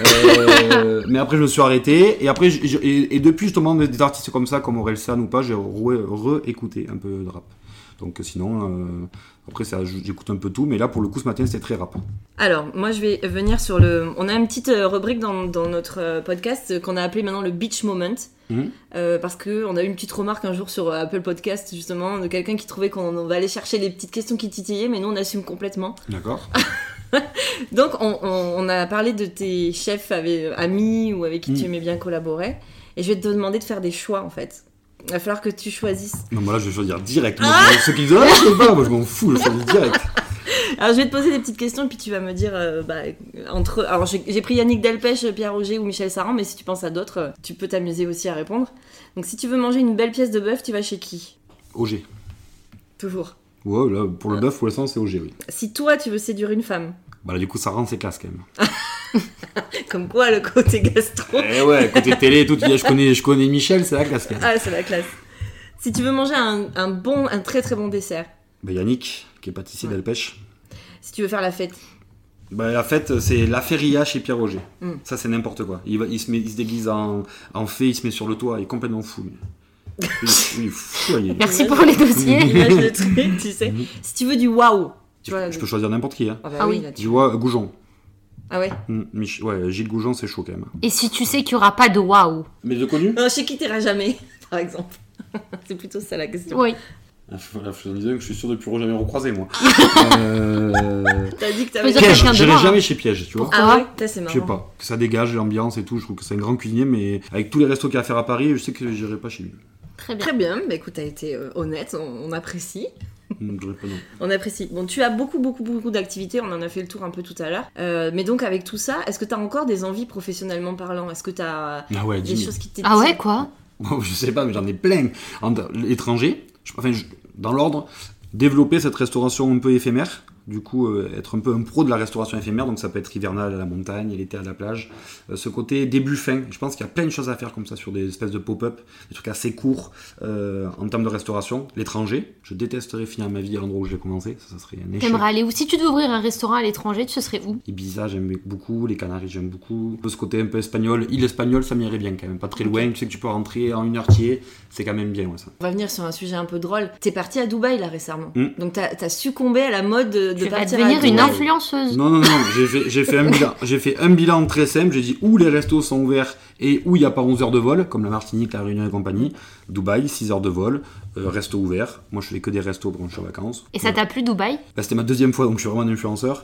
euh, mais après je me suis arrêté, et après j'ai- j'ai- et, et depuis justement des, des artistes comme ça, comme Orelsan ou pas, j'ai re- re-écouté un peu de rap. Donc sinon, euh, après ça, j'écoute un peu tout, mais là pour le coup ce matin c'était très rap. Alors, moi je vais venir sur le... On a une petite euh, rubrique dans, dans notre euh, podcast euh, qu'on a appelé maintenant le Beach Moment. Mhm. Euh, parce qu'on a eu une petite remarque un jour sur euh, Apple Podcast, justement, de quelqu'un qui trouvait qu'on on va aller chercher les petites questions qui titillaient, mais nous on assume complètement. D'accord. Donc, on, on- on a parlé de tes chefs avec, amis ou avec qui tu Mhm. aimais bien collaborer. Et je vais te demander de faire des choix, en fait. Il va falloir que tu choisisses. Non, moi là je vais choisir direct. Moi, ceux qui disent, ah, je sais pas, moi je m'en fous, je choisis direct. Alors, je vais te poser des petites questions, et puis tu vas me dire euh, bah, entre. Alors, j'ai j'ai pris Yannick Delpech, Pierre Roger ou Michel Saran, mais si tu penses à d'autres, euh, tu peux t'amuser aussi à répondre. Donc, si tu veux manger une belle pièce de bœuf, tu vas chez qui? O G. Toujours. Ouais, là pour le bœuf pour l'instant c'est O G, oui. Si toi, tu veux séduire une femme, Bah là du coup ça rend ses classes quand même. comme quoi le côté gastro. Eh ouais, côté télé et tout, tu dis, je connais, je connais Michel, c'est la classe quand même. Ah, c'est la classe. Si tu veux manger un, un bon, un très très bon dessert, Bah Yannick, qui est pâtissier Ouais. d'Alpêche. si tu veux faire la fête, Bah la fête, c'est la feria chez Pierre Roger. Mm. Ça c'est n'importe quoi. Il, va, il, se met, il se déguise en, en fée, il se met sur le toit, il est complètement fou. lui. Oui, oui, foyer. Merci pour les dossiers. Image le truc, tu sais. Si tu veux du waouh, tu vois. Je peux choisir n'importe qui. Hein. Ah, bah Ah oui, oui. là, tu- Tu vois, Goujon. Ah ouais. Mmh, Mich- ouais, Gilles Goujon, c'est chaud quand même. Et si tu sais qu'il n'y aura pas de waouh? Mais de connu Non, chez qui t'iras jamais, par exemple. C'est plutôt ça la question. Oui. Voilà, je te disais que je suis sûr de ne plus jamais recroiser, moi. euh... T'as dit que Peux t'avais. dire Piège, quelqu'un de j'irai loin, jamais chez Piège, tu vois. Ah ouais, ça c'est Je marrant. sais pas, que ça dégage l'ambiance et tout, je trouve que c'est un grand cuisinier, mais avec tous les restos qu'il y a à faire à Paris, je sais que j'irai pas chez lui. Très bien. Très bien, bah écoute, t'as été euh, honnête, on, on apprécie. Hum, je dirais pas non. On apprécie. Bon, tu as beaucoup, beaucoup, beaucoup d'activités, on en a fait le tour un peu tout à l'heure. Euh, mais donc, avec tout ça, est-ce que t'as encore des envies professionnellement parlant? Est-ce que t'as Ah ouais, des dix mille. choses qui t'étirent? Ah ouais, quoi? Bon, je sais pas, mais j'en ai plein. Entre l'étranger, je- enfin, je- dans l'ordre, développer cette restauration un peu éphémère. Du coup, euh, être un peu un pro de la restauration éphémère, donc ça peut être hivernal à la montagne, l'été à la plage. Euh, ce côté début-fin, je pense qu'il y a plein de choses à faire comme ça sur des espèces de pop-up, des trucs assez courts euh, en termes de restauration. L'étranger, je détesterais finir ma vie à l'endroit où j'ai commencé, ça, ça serait un échec. T'aimerais aller où? Si tu devais ouvrir un restaurant à l'étranger, ce serait où? Ibiza, j'aime beaucoup, les Canaries, j'aime beaucoup. Ce côté un peu espagnol, île espagnole, ça m'irait bien quand même, pas très loin, tu sais que tu peux rentrer en une heure tiers, c'est quand même bien, ouais, ça. On va venir sur un sujet un peu drôle. T'es partie à Dubaï là récemment. Mm. Donc t'as as succombé à la mode de, de Tu vas partir devenir à une Dubaï. influenceuse. Non, non, non, j'ai fait, j'ai fait un bilan, j'ai fait un bilan très simple, j'ai dit où les restos sont ouverts et où il n'y a pas onze heures de vol, comme la Martinique, la Réunion et compagnie. Dubaï, six heures de vol, euh, resto ouvert. Moi, je fais que des restos quand je suis en vacances. Et ça Voilà. t'a plu, Dubaï? Bah, c'était ma deuxième fois, donc je suis vraiment un influenceur.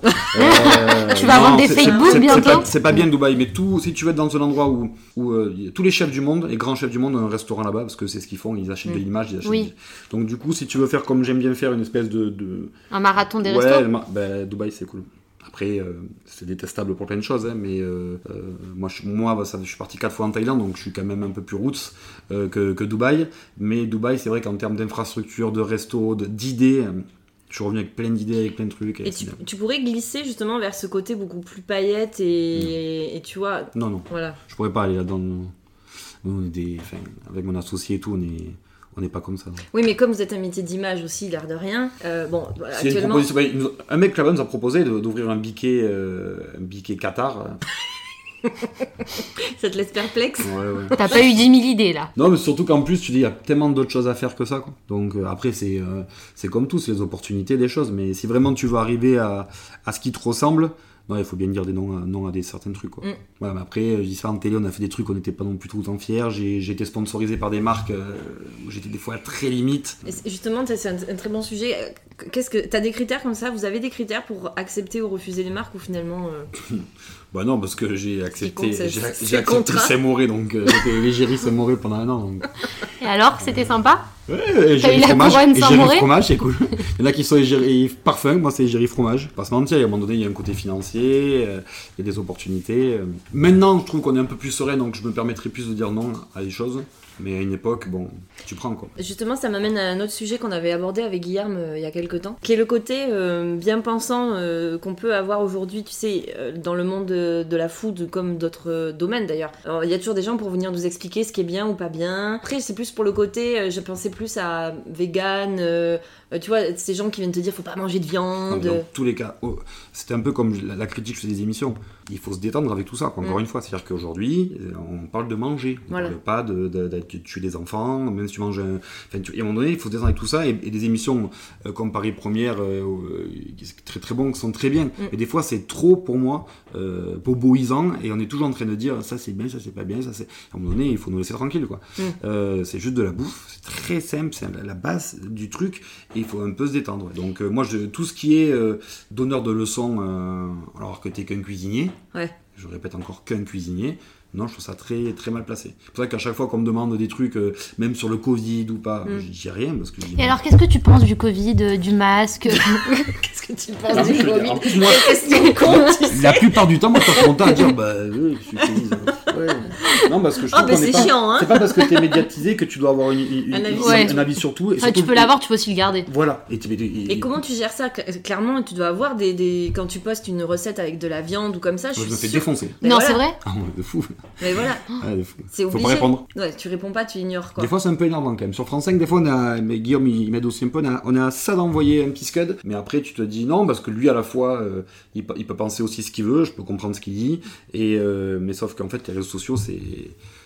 Euh, Tu vas avoir des c'est- Facebook c'est- c'est- bientôt C'est pas, c'est pas bien Dubaï, mais tout, si tu veux être dans un endroit où, où euh, y a tous les chefs du monde, les grands chefs du monde ont un restaurant là-bas, parce que c'est ce qu'ils font, ils achètent Mm. de l'image, ils achètent Oui. du- Donc du coup, si tu veux faire comme j'aime bien faire, une espèce de... de... Un marathon des ouais, restos? ma- bah, Dubaï, c'est cool. Après, euh, c'est détestable pour plein de choses, hein, mais euh, euh, moi, je, moi bah, ça, je suis parti quatre fois en Thaïlande, donc je suis quand même un peu plus roots euh, que, que Dubaï. Mais Dubaï, c'est vrai qu'en termes d'infrastructure, de resto, de- d'idées, euh, je suis revenu avec plein d'idées, avec plein de trucs. Et tu, tu pourrais glisser justement vers ce côté beaucoup plus paillettes et, et tu vois, Non, non, voilà. je pourrais pas aller là-dedans. Nous, nous, on est des, enfin, avec mon associé et tout, on est, on n'est pas comme ça. Oui, mais comme vous êtes un métier d'image aussi, l'air de rien, euh, bon, voilà, C'est une actuellement... proposition- ouais, il nous- un mec là-bas nous a proposé de- d'ouvrir un biquet, euh, un biquet Qatar. Ça te laisse perplexe. Ouais, ouais. T'as pas eu dix mille idées, là. Non, mais surtout qu'en plus, tu dis, il y a tellement d'autres choses à faire que ça, quoi. Donc, euh, après, c'est euh, c'est comme tout, c'est les opportunités, des choses. Mais si vraiment tu veux arriver à, à ce qui te ressemble, non, il faut bien dire des noms, à- non à des certains trucs, quoi. Mm. Ouais, mais après, euh, je dis ça en télé, on a fait des trucs, on n'était pas non plus tout le temps fiers. J'ai j'ai été sponsorisé par des marques euh, où j'étais des fois très limite. Et c'est- justement, c'est un, un très bon sujet. Euh, Qu'est-ce que t'as des critères comme ça? Vous avez des critères pour accepter ou refuser les marques ou finalement euh, Bah non, parce que j'ai accepté, compte, c'est- j'ai c'est j'ai le accepté contrat. Saint-Mauré, donc euh, j'étais l'égérie Saint-Mauré pendant un an. Donc. Et alors, c'était sympa? Ouais, T'as égérie eu la fromage, couronne égérie Saint-Mauré fromage, c'est cool. Il y en a qui sont égérie parfum, moi c'est égérie fromage. Pas se mentir, à un moment donné, il y a un côté financier, euh, il y a des opportunités. euh. Maintenant, je trouve qu'on est un peu plus serein, donc je me permettrai plus de dire non à des choses. Mais à une époque, bon, tu prends quoi. Justement, ça m'amène à un autre sujet qu'on avait abordé avec Guillerme euh, il y a quelques temps, qui est le côté euh, bien pensant euh, qu'on peut avoir aujourd'hui, tu sais, euh, dans le monde de, de la food comme d'autres euh, domaines d'ailleurs. Alors, il y a toujours des gens pour venir nous expliquer ce qui est bien ou pas bien. Après, c'est plus pour le côté, euh, je pensais plus à vegan, euh, euh, tu vois, ces gens qui viennent te dire faut pas manger de Non, viande. mais dans tous les cas, oh, c'était un peu comme la, la critique sur des émissions. Il faut se détendre avec tout ça, quoi, encore Mm. une fois. C'est-à-dire qu'aujourd'hui, euh, on parle de manger. On Voilà. parle pas de, de, de- de tuer des enfants, même si tu manges un... Enfin, tu- et à un moment donné, il faut se détendre avec tout ça. Et, et des émissions euh, comme Paris Première, euh, euh, qui sont très très bons, qui sont très bien. Mm. Et des fois, c'est trop pour moi, euh, boboisant. Et on est toujours en train de dire ça c'est bien, ça c'est pas bien. Ça c'est... À un moment donné, il faut nous laisser tranquille, quoi. Mm. Euh, c'est juste de la bouffe. C'est très simple, c'est la, la base du truc. Et il faut un peu se détendre. Donc euh, moi, je, tout ce qui est euh, donneur de leçons, euh, alors que t'es qu'un cuisinier, Ouais. je répète encore qu'un cuisinier, non, je trouve ça très, très mal placé. C'est pour ça qu'à chaque fois qu'on me demande des trucs, euh, même sur le Covid ou pas, Mm. je dis rien parce que je dis. Et alors, qu'est-ce que tu penses du Covid, euh, du masque? Qu'est-ce que tu penses En du plus, Covid? en plus, moi, Quelle question con, tu sais. la plupart du temps, moi, je suis content à dire, bah oui, je suis Covid. Ouais. Non, parce que je Ah, trouve bah, qu'on est c'est pas- chiant, hein. C'est pas parce que t'es médiatisé que tu dois avoir une, une- Un une- avis sur un tout. avis sur tout. Et Enfin, surtout- tu peux l'avoir, tu peux aussi le garder. Voilà. Et, tu- et- Et comment tu gères ça? Cl- Clairement, tu dois avoir des, des... Quand tu postes une recette avec de la viande ou comme ça, je Moi, suis je me fais sûre- défoncer. Mais non, voilà. c'est vrai? Ah, ouais, de fou. Mais voilà, Ah, de fou. c'est Faut obligé. pas répondre. Ouais, tu réponds pas, tu ignores quoi. Des fois, c'est un peu énervant quand même. Sur France cinq, des fois, on a, mais Guillaume, il il m'aide aussi un peu, on a, on a ça d'envoyer un petit scud, mais après, tu te dis non, parce que lui, à la fois, euh, il, peut- il peut penser aussi ce qu'il veut, je peux comprendre ce qu'il dit, et, euh, mais sauf qu'en fait, les réseaux sociaux, c'est,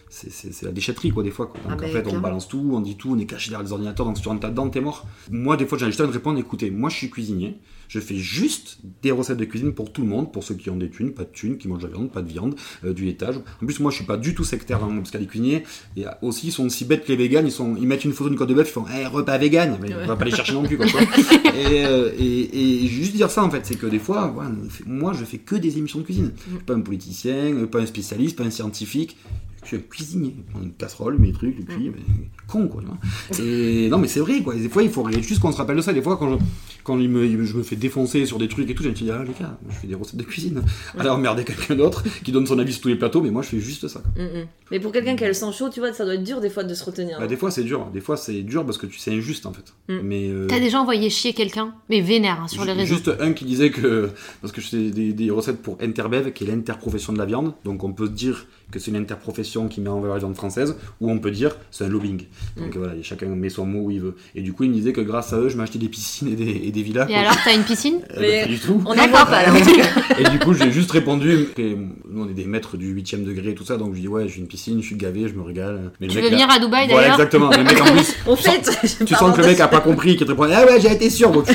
c'est, c'est, c'est la déchetterie quoi des fois quoi. Donc Ah en ben, fait on clairement. balance tout, on dit tout, on est caché derrière les ordinateurs, donc si tu rentres là-dedans t'es mort. Moi des fois j'ai juste envie de répondre, écoutez, moi je suis cuisinier, je fais juste des recettes de cuisine pour tout le monde, pour ceux qui ont des thunes, pas de thunes, qui mangent de la viande, pas de viande, euh, du laitage. En plus moi je suis pas du tout sectaire hein, parce qu'il y a des cuisiniers et aussi ils sont aussi bêtes que les véganes, ils, sont, ils mettent une photo d'une côte de bœuf, ils font hey, repas vegan, mais ouais. On va pas les chercher non plus quoi, tu vois. et, euh, et, et juste dire ça en fait, c'est que des fois, voilà, moi je fais que des émissions de cuisine, pas un politicien, pas un spécialiste, pas un scientifique. Je suis un cuisinier, je prends une casserole, mes trucs, et puis, mais, con quoi, tu vois. Et non, mais c'est vrai quoi, des fois il faut juste qu'on se rappelle de ça. Des fois, quand je, quand il me, je me fais défoncer sur des trucs et tout, je me dis, ah les gars, je fais des recettes de cuisine. Alors emmerder quelqu'un d'autre qui donne son avis sur tous les plateaux, mais moi je fais juste ça. Mm-mm. Mais pour quelqu'un qui a le sang chaud, tu vois, ça doit être dur des fois de se retenir. Bah, des fois c'est dur, des fois c'est dur parce que tu c'est injuste en fait. Mm. Mais, euh, T'as déjà envoyé chier quelqu'un, mais vénère hein, sur les réseaux. Juste un qui disait que, parce que je fais des, des recettes pour Interbev, qui est l'interprofession de la viande, donc on peut se dire que c'est une interprofession qui met en valeur la viande française, ou on peut dire c'est un lobbying. Donc mm. voilà, chacun met son mot où il veut. Et du coup, il me disait que grâce à eux, je m'achetais des piscines et des, et des villas. Et quoi. alors, t'as une piscine euh, bah, Pas du tout. On n'en voit pas là. Et du coup, j'ai juste répondu, que nous on est des maîtres du huitième degré et tout ça, donc je dis ouais, j'ai une piscine, je suis gavé, je me régale. Mais le Tu mec, veux là, venir à Dubaï voilà, d'ailleurs exactement. Mais le mec en plus, Au tu fait, sens, je tu sens que le mec a pas compris, qu'il te répond ah ouais, j'ai été sûr. Donc,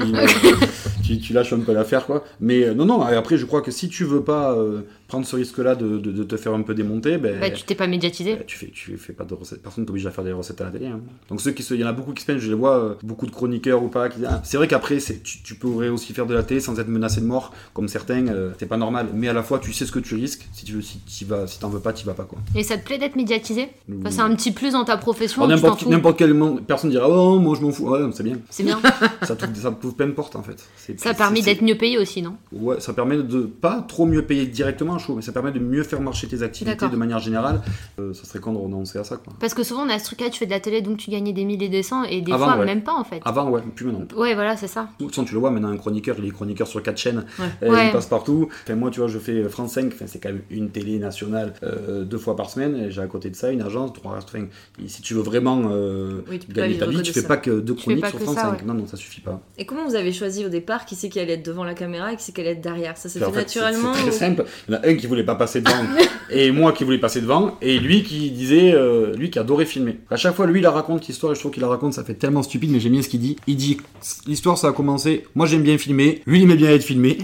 tu, tu lâches un peu l'affaire quoi. Mais euh, non, non, et après, je crois que si tu veux pas euh, prendre ce risque-là de, de, de te faire un peu démonter, ben. Bah, tu t'es pas médiatisé. Ben, tu fais, tu fais pas de recettes. Personne n'est obligé à faire des recettes à la télé. Hein. Donc ceux qui se, il y en a beaucoup qui se plaignent, je les vois, euh, beaucoup de chroniqueurs ou pas. Qui, ah, c'est vrai qu'après, c'est, tu, tu pourrais aussi faire de la télé sans être menacé de mort, comme certains. Euh, c'est pas normal. Mais à la fois, tu sais ce que tu risques. Si tu veux, si tu vas, si t'en veux pas, tu vas pas quoi. Et ça te plaît d'être médiatisé Oui. enfin, c'est un petit plus dans ta profession. Alors, Tu t'en n'importe, fous. n'importe quelle personne dira oh moi je m'en fous. Ouais, c'est bien. C'est bien. ça t'ouvre, ça t'ouvre plein de portes en fait. C'est, Ça a c'est, permis c'est, d'être mieux payé aussi, non? Ouais, ça permet de pas trop mieux payer directement, chaud, mais ça permet de mieux faire marcher tes activités D'accord. de manière générale. Euh, ça serait con de renoncer à ça, quoi. Parce que souvent on a ce truc-là, tu fais de la télé donc tu gagnais des milliers et des cents et des Avant, fois ouais. même pas en fait. Avant, ouais, plus maintenant. Ouais, voilà, c'est ça. De toute façon, tu le vois, maintenant, un chroniqueur, il est chroniqueur sur quatre chaînes, Ouais. euh, Ouais. il passe partout. Enfin, moi, tu vois, je fais France cinq, enfin, c'est quand même une télé nationale euh, deux fois par semaine, et j'ai à côté de ça une agence, trois enfin, et si tu veux vraiment euh, Oui, tu peux pas gagner ta vivre vie, que tu de fais ça. pas que deux fais chroniques pas sur que France ça, cinq. ouais. Non, non, ça suffit pas. Et comment vous avez choisi au départ qui c'est qui allait être devant la caméra et qui c'est qui allait être derrière? Ça s'est Enfin, fait en fait, c'est- naturellement C'est très ou- simple. Il y en a un qui voulait pas passer devant et moi qui voulais passer devant et lui qui disait, euh, lui qui adorait filmer. À chaque fois, lui, il la raconte l'histoire et je trouve qu'il la raconte, ça fait tellement stupide, mais j'aime bien ce qu'il dit. Il dit, l'histoire ça a commencé, moi j'aime bien filmer, lui il aimait bien être filmé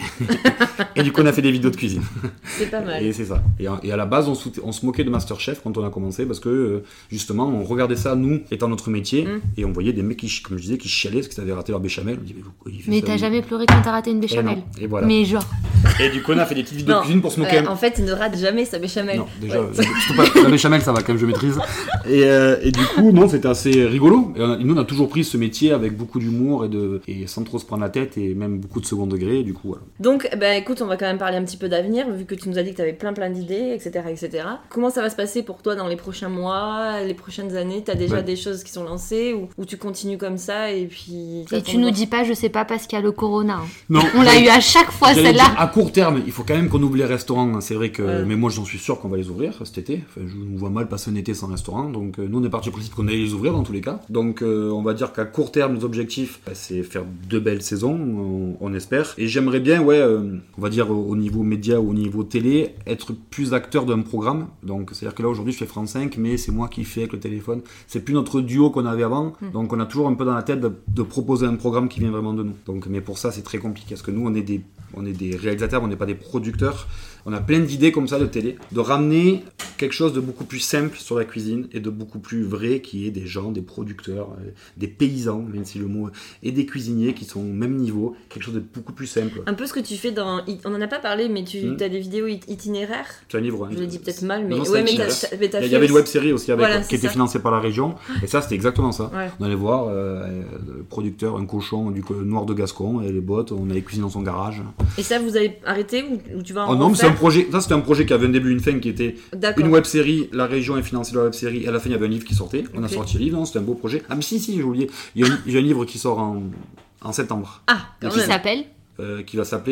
et du coup on a fait des vidéos de cuisine. C'est pas mal. Et c'est ça. Et, et à la base, on, sou- on se moquait de Masterchef quand on a commencé parce que euh, justement, on regardait ça, nous, étant notre métier, Mm. et on voyait des mecs qui, ch- comme je disais, qui chialaient parce qu'ils avaient raté leur béchamel. On dit, mais pourquoi il fait Mais ça, t'as lui jamais pleuré quand t'as raté une Et béchamel? non. Et voilà. Mais genre. Et du coup, on a fait des petites vidéos Non. de cuisine pour se moquer. Euh, en fait, ne rate jamais sa béchamel. Non, déjà, Ouais. euh, surtout pas la béchamel, ça va quand même, je maîtrise. Et, euh, et du coup, non, c'était assez rigolo. Et on a- nous, on a toujours pris ce métier avec beaucoup d'humour et, de, et sans trop se prendre la tête et même beaucoup de second degré. Et du coup, voilà. Donc, bah, écoute, on va quand même parler un petit peu d'avenir, vu que tu nous as dit que tu avais plein plein d'idées, et cetera, et cetera. Comment ça va se passer pour toi dans les prochains mois, les prochaines années? T'as déjà Ouais. des choses qui sont lancées ou, ou tu continues comme ça et puis... Et t'attends tu de nous voir. dis pas, je sais pas, parce qu'il y a le corona. hein. Non, On l'a eu à chaque fois J'allais celle-là. dire, à court terme, il faut quand même qu'on ouvre les restaurants. C'est vrai que, Ouais. mais moi j'en suis sûr qu'on va les ouvrir cet été. Enfin, je nous vois mal passer un été sans restaurant. Donc euh, nous on est parti du principe qu'on allait les ouvrir dans tous les cas. Donc euh, on va dire qu'à court terme, les objectifs, bah, c'est faire deux belles saisons, on, on espère. Et j'aimerais bien, ouais, euh, on va dire au, au niveau média ou au niveau télé, être plus acteur d'un programme. Donc c'est-à-dire que là aujourd'hui je fais France cinq, mais c'est moi qui fais avec le téléphone. C'est plus notre duo qu'on avait avant. Mm. Donc on a toujours un peu dans la tête de, de proposer un programme qui vient vraiment de nous. Donc, mais pour ça c'est très compliqué parce que nous on est des, on est des réalisateurs, on n'est pas des producteurs. On a plein d'idées comme ça de télé, de ramener quelque chose de beaucoup plus simple sur la cuisine et de beaucoup plus vrai qui est des gens, des producteurs, euh, des paysans, même si le mot, et des cuisiniers qui sont au même niveau, quelque chose de beaucoup plus simple. Un peu ce que tu fais dans... On en a pas parlé, mais tu Mm. as des vidéos it- itinéraires. C'est un livre. hein. Je l'ai dit peut-être mal, mais... Non, non, c'est ouais, un mais livre. t'as, t'as- mais t'as Il y fait avait une aussi- web série aussi avec, Voilà, qui c'est était ça. financée par la région, et ça c'était exactement ça. Ouais. On allait voir euh, euh, le producteur, un cochon du co- noir de Gascon, et les bottes, on allait cuisiner dans son garage. Et ça, vous avez arrêté ou, ou tu vas en Oh non, mais c'est un refaire? projet. Ça c'était un projet qui avait un début, une fin, qui était D'accord. une web série. La région est financée de la web série. Et à la fin, il y avait un livre qui sortait. On a Ok. sorti le livre. Non, c'était un beau projet. Ah mais si si, j'ai oublié. Il y a un, il y a un livre qui sort en, en septembre, Ah, quand Qui même. s'appelle euh, qui va s'appeler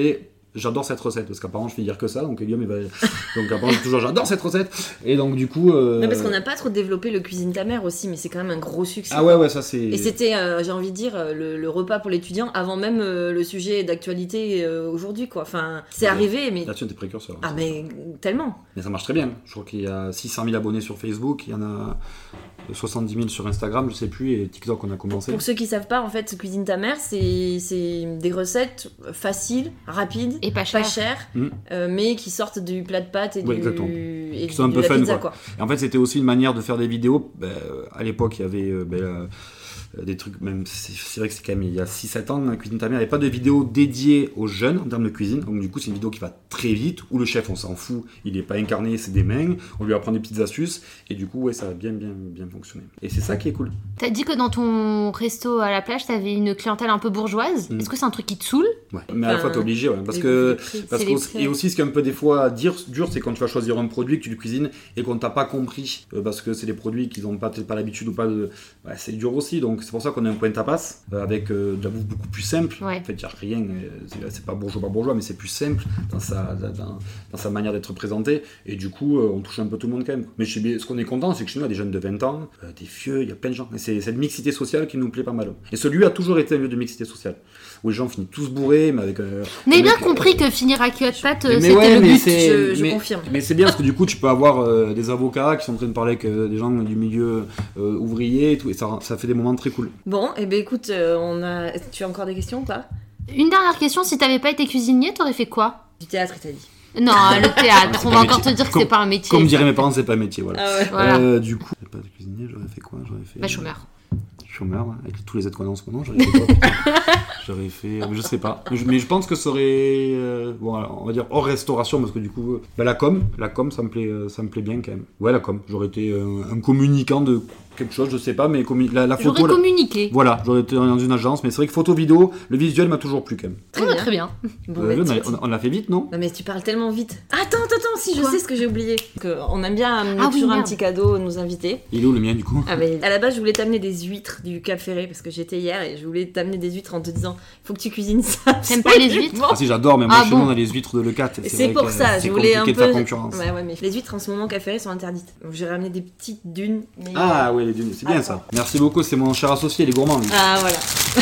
j'adore cette recette, parce qu'apparemment je fais dire que ça, donc Guillaume il va... donc apparemment toujours j'adore cette recette, et donc du coup... Euh... Non, parce qu'on n'a pas trop développé le cuisine ta mère aussi, mais c'est quand même un gros succès. Ah ouais, ouais, ça c'est... Et c'était, euh, j'ai envie de dire, le, le repas pour l'étudiant avant même euh, le sujet d'actualité euh, aujourd'hui, quoi. Enfin, c'est ouais. arrivé, mais... Là-dessus, on était précurseur. Ah, mais tellement. Mais ça marche très bien. Je crois qu'il y a six cent mille abonnés sur Facebook, il y en a soixante-dix mille sur Instagram, je sais plus, et TikTok, on a commencé. Pour ceux qui savent pas, en fait, cuisine ta mère, c'est, c'est des recettes faciles, rapides, et pas chères, pas chères mmh. euh, mais qui sortent du plat de pâtes et ouais, du... exactement. Et qui sont un peu de la fun, pizza, quoi. quoi. Et en fait, c'était aussi une manière de faire des vidéos. Ben, à l'époque, il y avait... Euh, ben, euh, des trucs, même c'est, c'est vrai que c'est quand même il y a six sept ans, Cuisine ta mère, il n'y avait pas de vidéo dédiée aux jeunes en termes de cuisine, donc du coup c'est une vidéo qui va très vite, où le chef on s'en fout, il n'est pas incarné, c'est des mains, on lui apprend des petites astuces, et du coup ouais ça a bien bien bien fonctionné. Et c'est ça qui est cool. T'as dit que dans ton resto à la plage, t'avais une clientèle un peu bourgeoise, mmh. est-ce que c'est un truc qui te saoule? Ouais, mais à la fois t'es obligé, ouais, parce que, parce que et aussi ce qui est un peu des fois dire, dur, c'est quand tu vas choisir un produit que tu le cuisines, et qu'on t'a pas compris, euh, parce que c'est des produits qu'ils n'ont pas, peut-être pas l'habitude ou pas de... Ouais, c'est dur aussi, donc c'est pour ça qu'on a un point tapas euh, avec euh, de la bouffe beaucoup plus simple. Ouais. En fait, il n'y a rien, euh, c'est, c'est pas bourgeois, pas bourgeois, mais c'est plus simple dans sa, dans, dans sa manière d'être présenté. Et du coup, euh, on touche un peu tout le monde quand même. Mais chez, ce qu'on est content, c'est que chez nous, il y a des jeunes de vingt ans, euh, des vieux, il y a plein de gens. Et c'est cette mixité sociale qui nous plaît pas mal. Et celui a toujours été un lieu de mixité sociale, où les gens finissent tous bourrés, mais avec. Euh, on a bien avec, compris euh, que finir à queue de pâte, mais c'était ouais, le mais but. C'est, je je mais, confirme. Mais c'est bien parce que du coup, tu peux avoir euh, des avocats qui sont en train de parler avec euh, des gens du milieu euh, ouvrier et tout, et ça, ça fait des moments très cool. Bon, et eh ben écoute, euh, on a. Tu as encore des questions ou pas? Une dernière question, si t'avais pas été cuisinier, t'aurais fait quoi? Du théâtre, il t'a dit. Non, le théâtre, on va encore métier. te dire que comme, c'est pas un métier. Comme diraient mes parents, c'est pas un métier, voilà. Ah ouais. Voilà. Euh, du coup, pas de cuisinier, j'aurais fait quoi? J'aurais fait. Bah, chômeur. Chômeur, ouais, avec tous les aides qu'on a en ce moment, j'aurais fait quoi? J'aurais fait. Je sais pas. Mais je, mais je pense que ça aurait. Euh, bon, alors, on va dire hors restauration, parce que du coup. Euh, bah, la com, la com, ça me plaît, euh, ça me plaît bien quand même. Ouais, la com. J'aurais été euh, un communicant de quelque chose, je sais pas, mais commu- la, la photo. J'aurais la... communiqué. Voilà, j'aurais été dans une agence, mais c'est vrai que photo vidéo, le visuel m'a toujours plu quand même. Très, oh, bien. très bien. Bon, euh, bah, on, a, on l'a fait vite, non? Non, mais tu parles tellement vite. Attends, attends, attends, si je Quoi? sais ce que j'ai oublié. Que on aime bien amener Ah oui, toujours un merde. petit cadeau à nos invités. Il est où le mien du coup? Ah, mais à la base, je voulais t'amener des huîtres du Cap Ferré parce que j'étais hier et je voulais t'amener des huîtres en te disant faut que tu cuisines ça. T'aimes pas les huîtres? Ah si, j'adore, mais moi Ah chez bon nous on a les huîtres de Lecate. C'est, C'est, c'est vrai pour que ça, c'est je voulais un compliqué peu. de faire concurrence. Ouais, ouais, mais les huîtres en ce moment Cap Ferré sont interdites. Donc j'ai ramené des petites dunes. Mais... Ah ouais, les dunes, c'est bien Ah, ça. Merci beaucoup, c'est mon cher associé, il est gourmand lui. Ah voilà.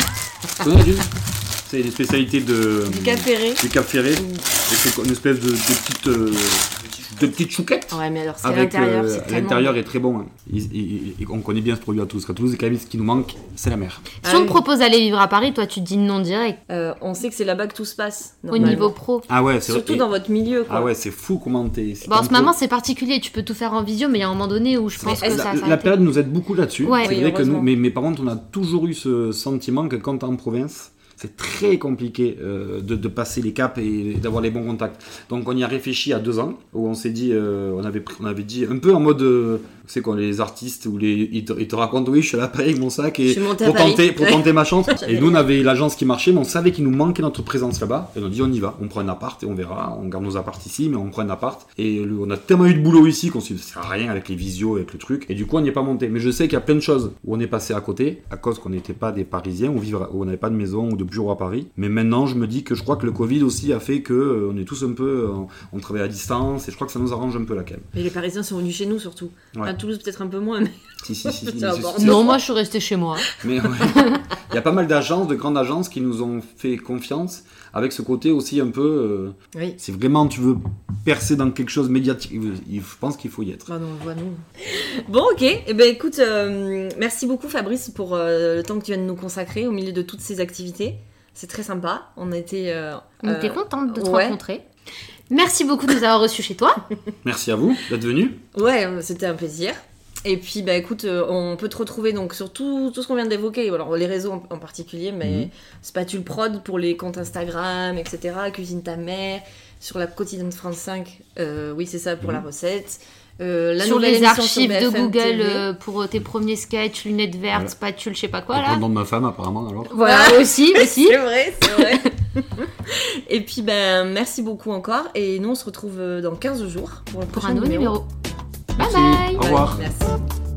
Tu connais les dunes? C'est une spécialité de, Du Cap Ferré. du Cap Ferré. Et c'est une espèce de, de petite. Euh, de petites chouquettes. Ouais, mais alors c'est Avec, à l'intérieur, euh, c'est à tellement l'intérieur bon. est très bon. Hein. Il, il, il, on connaît bien ce produit à Toulouse. À Toulouse, quand même, ce qui nous manque, c'est la mer. Si Ah on oui. te propose d'aller vivre à Paris, toi tu te dis non direct. Euh, on sait que c'est là-bas que tout se passe. Au normalement. niveau pro. Ah ouais, c'est Surtout vrai. Et- dans votre milieu, quoi. Ah ouais, c'est fou comment t'es. c'est Bon, en pas ce un moment peu- c'est particulier, tu peux tout faire en visio, mais il y a un moment donné où je pense Mais que est-ce- ça. La, ça la a été- période nous aide beaucoup là-dessus. Ouais. C'est Oui, vrai que nous, heureusement. mais, mais par contre, on a toujours eu ce sentiment que quand t'es en province, c'est très compliqué euh, de, de passer les caps et d'avoir les bons contacts. Donc on y a réfléchi à deux ans, où on s'est dit, euh, on, avait, pris- on avait dit un peu en mode, euh, c'est quoi, les artistes, où les, ils, te, ils te racontent, oui, je suis à Paris avec mon sac, et Je suis monté à pour, Paris. tenter, pour Ouais. tenter ma chance. J'avais Et nous, on rien. avait l'agence qui marchait, mais on savait qu'il nous manquait notre présence là-bas. Et on a dit, on y va, on prend un appart et on verra, on garde nos apparts ici, mais on prend un appart. Et le- on a tellement eu de boulot ici qu'on s'est dit, ça sert à rien avec les visios, avec le truc. Et du coup, on n'y est pas monté. Mais je sais qu'il y a plein de choses où on est passé à côté, à cause qu'on n'était pas des Parisiens, où, vivre, où on n'avait pas de maison ou de bureau à Paris. Mais maintenant, je me dis que je crois que le Covid aussi a fait que euh, on est tous un peu, euh, on travaille à distance, et je crois que ça nous arrange un peu là quand même. Mais les Parisiens sont venus chez nous surtout. Ouais. À Toulouse peut-être un peu moins, mais Si, si, si. si, C'est un c'est- bordel. c'est- Non, moi je suis restée chez moi. Mais ouais. Il y a pas mal d'agences, de grandes agences qui nous ont fait confiance avec ce côté aussi un peu. Euh, oui. si vraiment tu veux percer dans quelque chose médiatique, il- je pense qu'il faut y être. Bah non, on le voit nous. Bon, ok. Eh ben écoute, euh, merci beaucoup Fabrice pour euh, le temps que tu viens de nous consacrer au milieu de toutes ces activités. C'est très sympa. On a été. Euh, On était euh, contente de te ouais. rencontrer. Merci beaucoup de nous avoir reçus chez toi. Merci à vous d'être venus. Ouais, euh, c'était un plaisir. Et puis, bah écoute, euh, on peut te retrouver donc sur tout, tout ce qu'on vient d'évoquer, alors les réseaux en, en particulier, mais Mhm. Spatule Prod pour les comptes Instagram, et cetera. Cuisine ta mère, sur la quotidienne de France cinq, euh, oui, c'est ça pour Mhm. la recette. Euh, la Sur nouvelle les émission archives sur de B F M Google T V. euh, pour euh, tes premiers sketchs, lunettes vertes, Voilà. spatule, je sais pas Et quoi pour le là. nom de ma femme apparemment alors. Voilà, aussi, aussi. C'est vrai, c'est vrai. Et puis, ben, merci beaucoup encore. Et nous, on se retrouve euh, dans quinze jours pour le Pour prochain un nouveau numéro. Bye Merci. bye. Au revoir. Merci.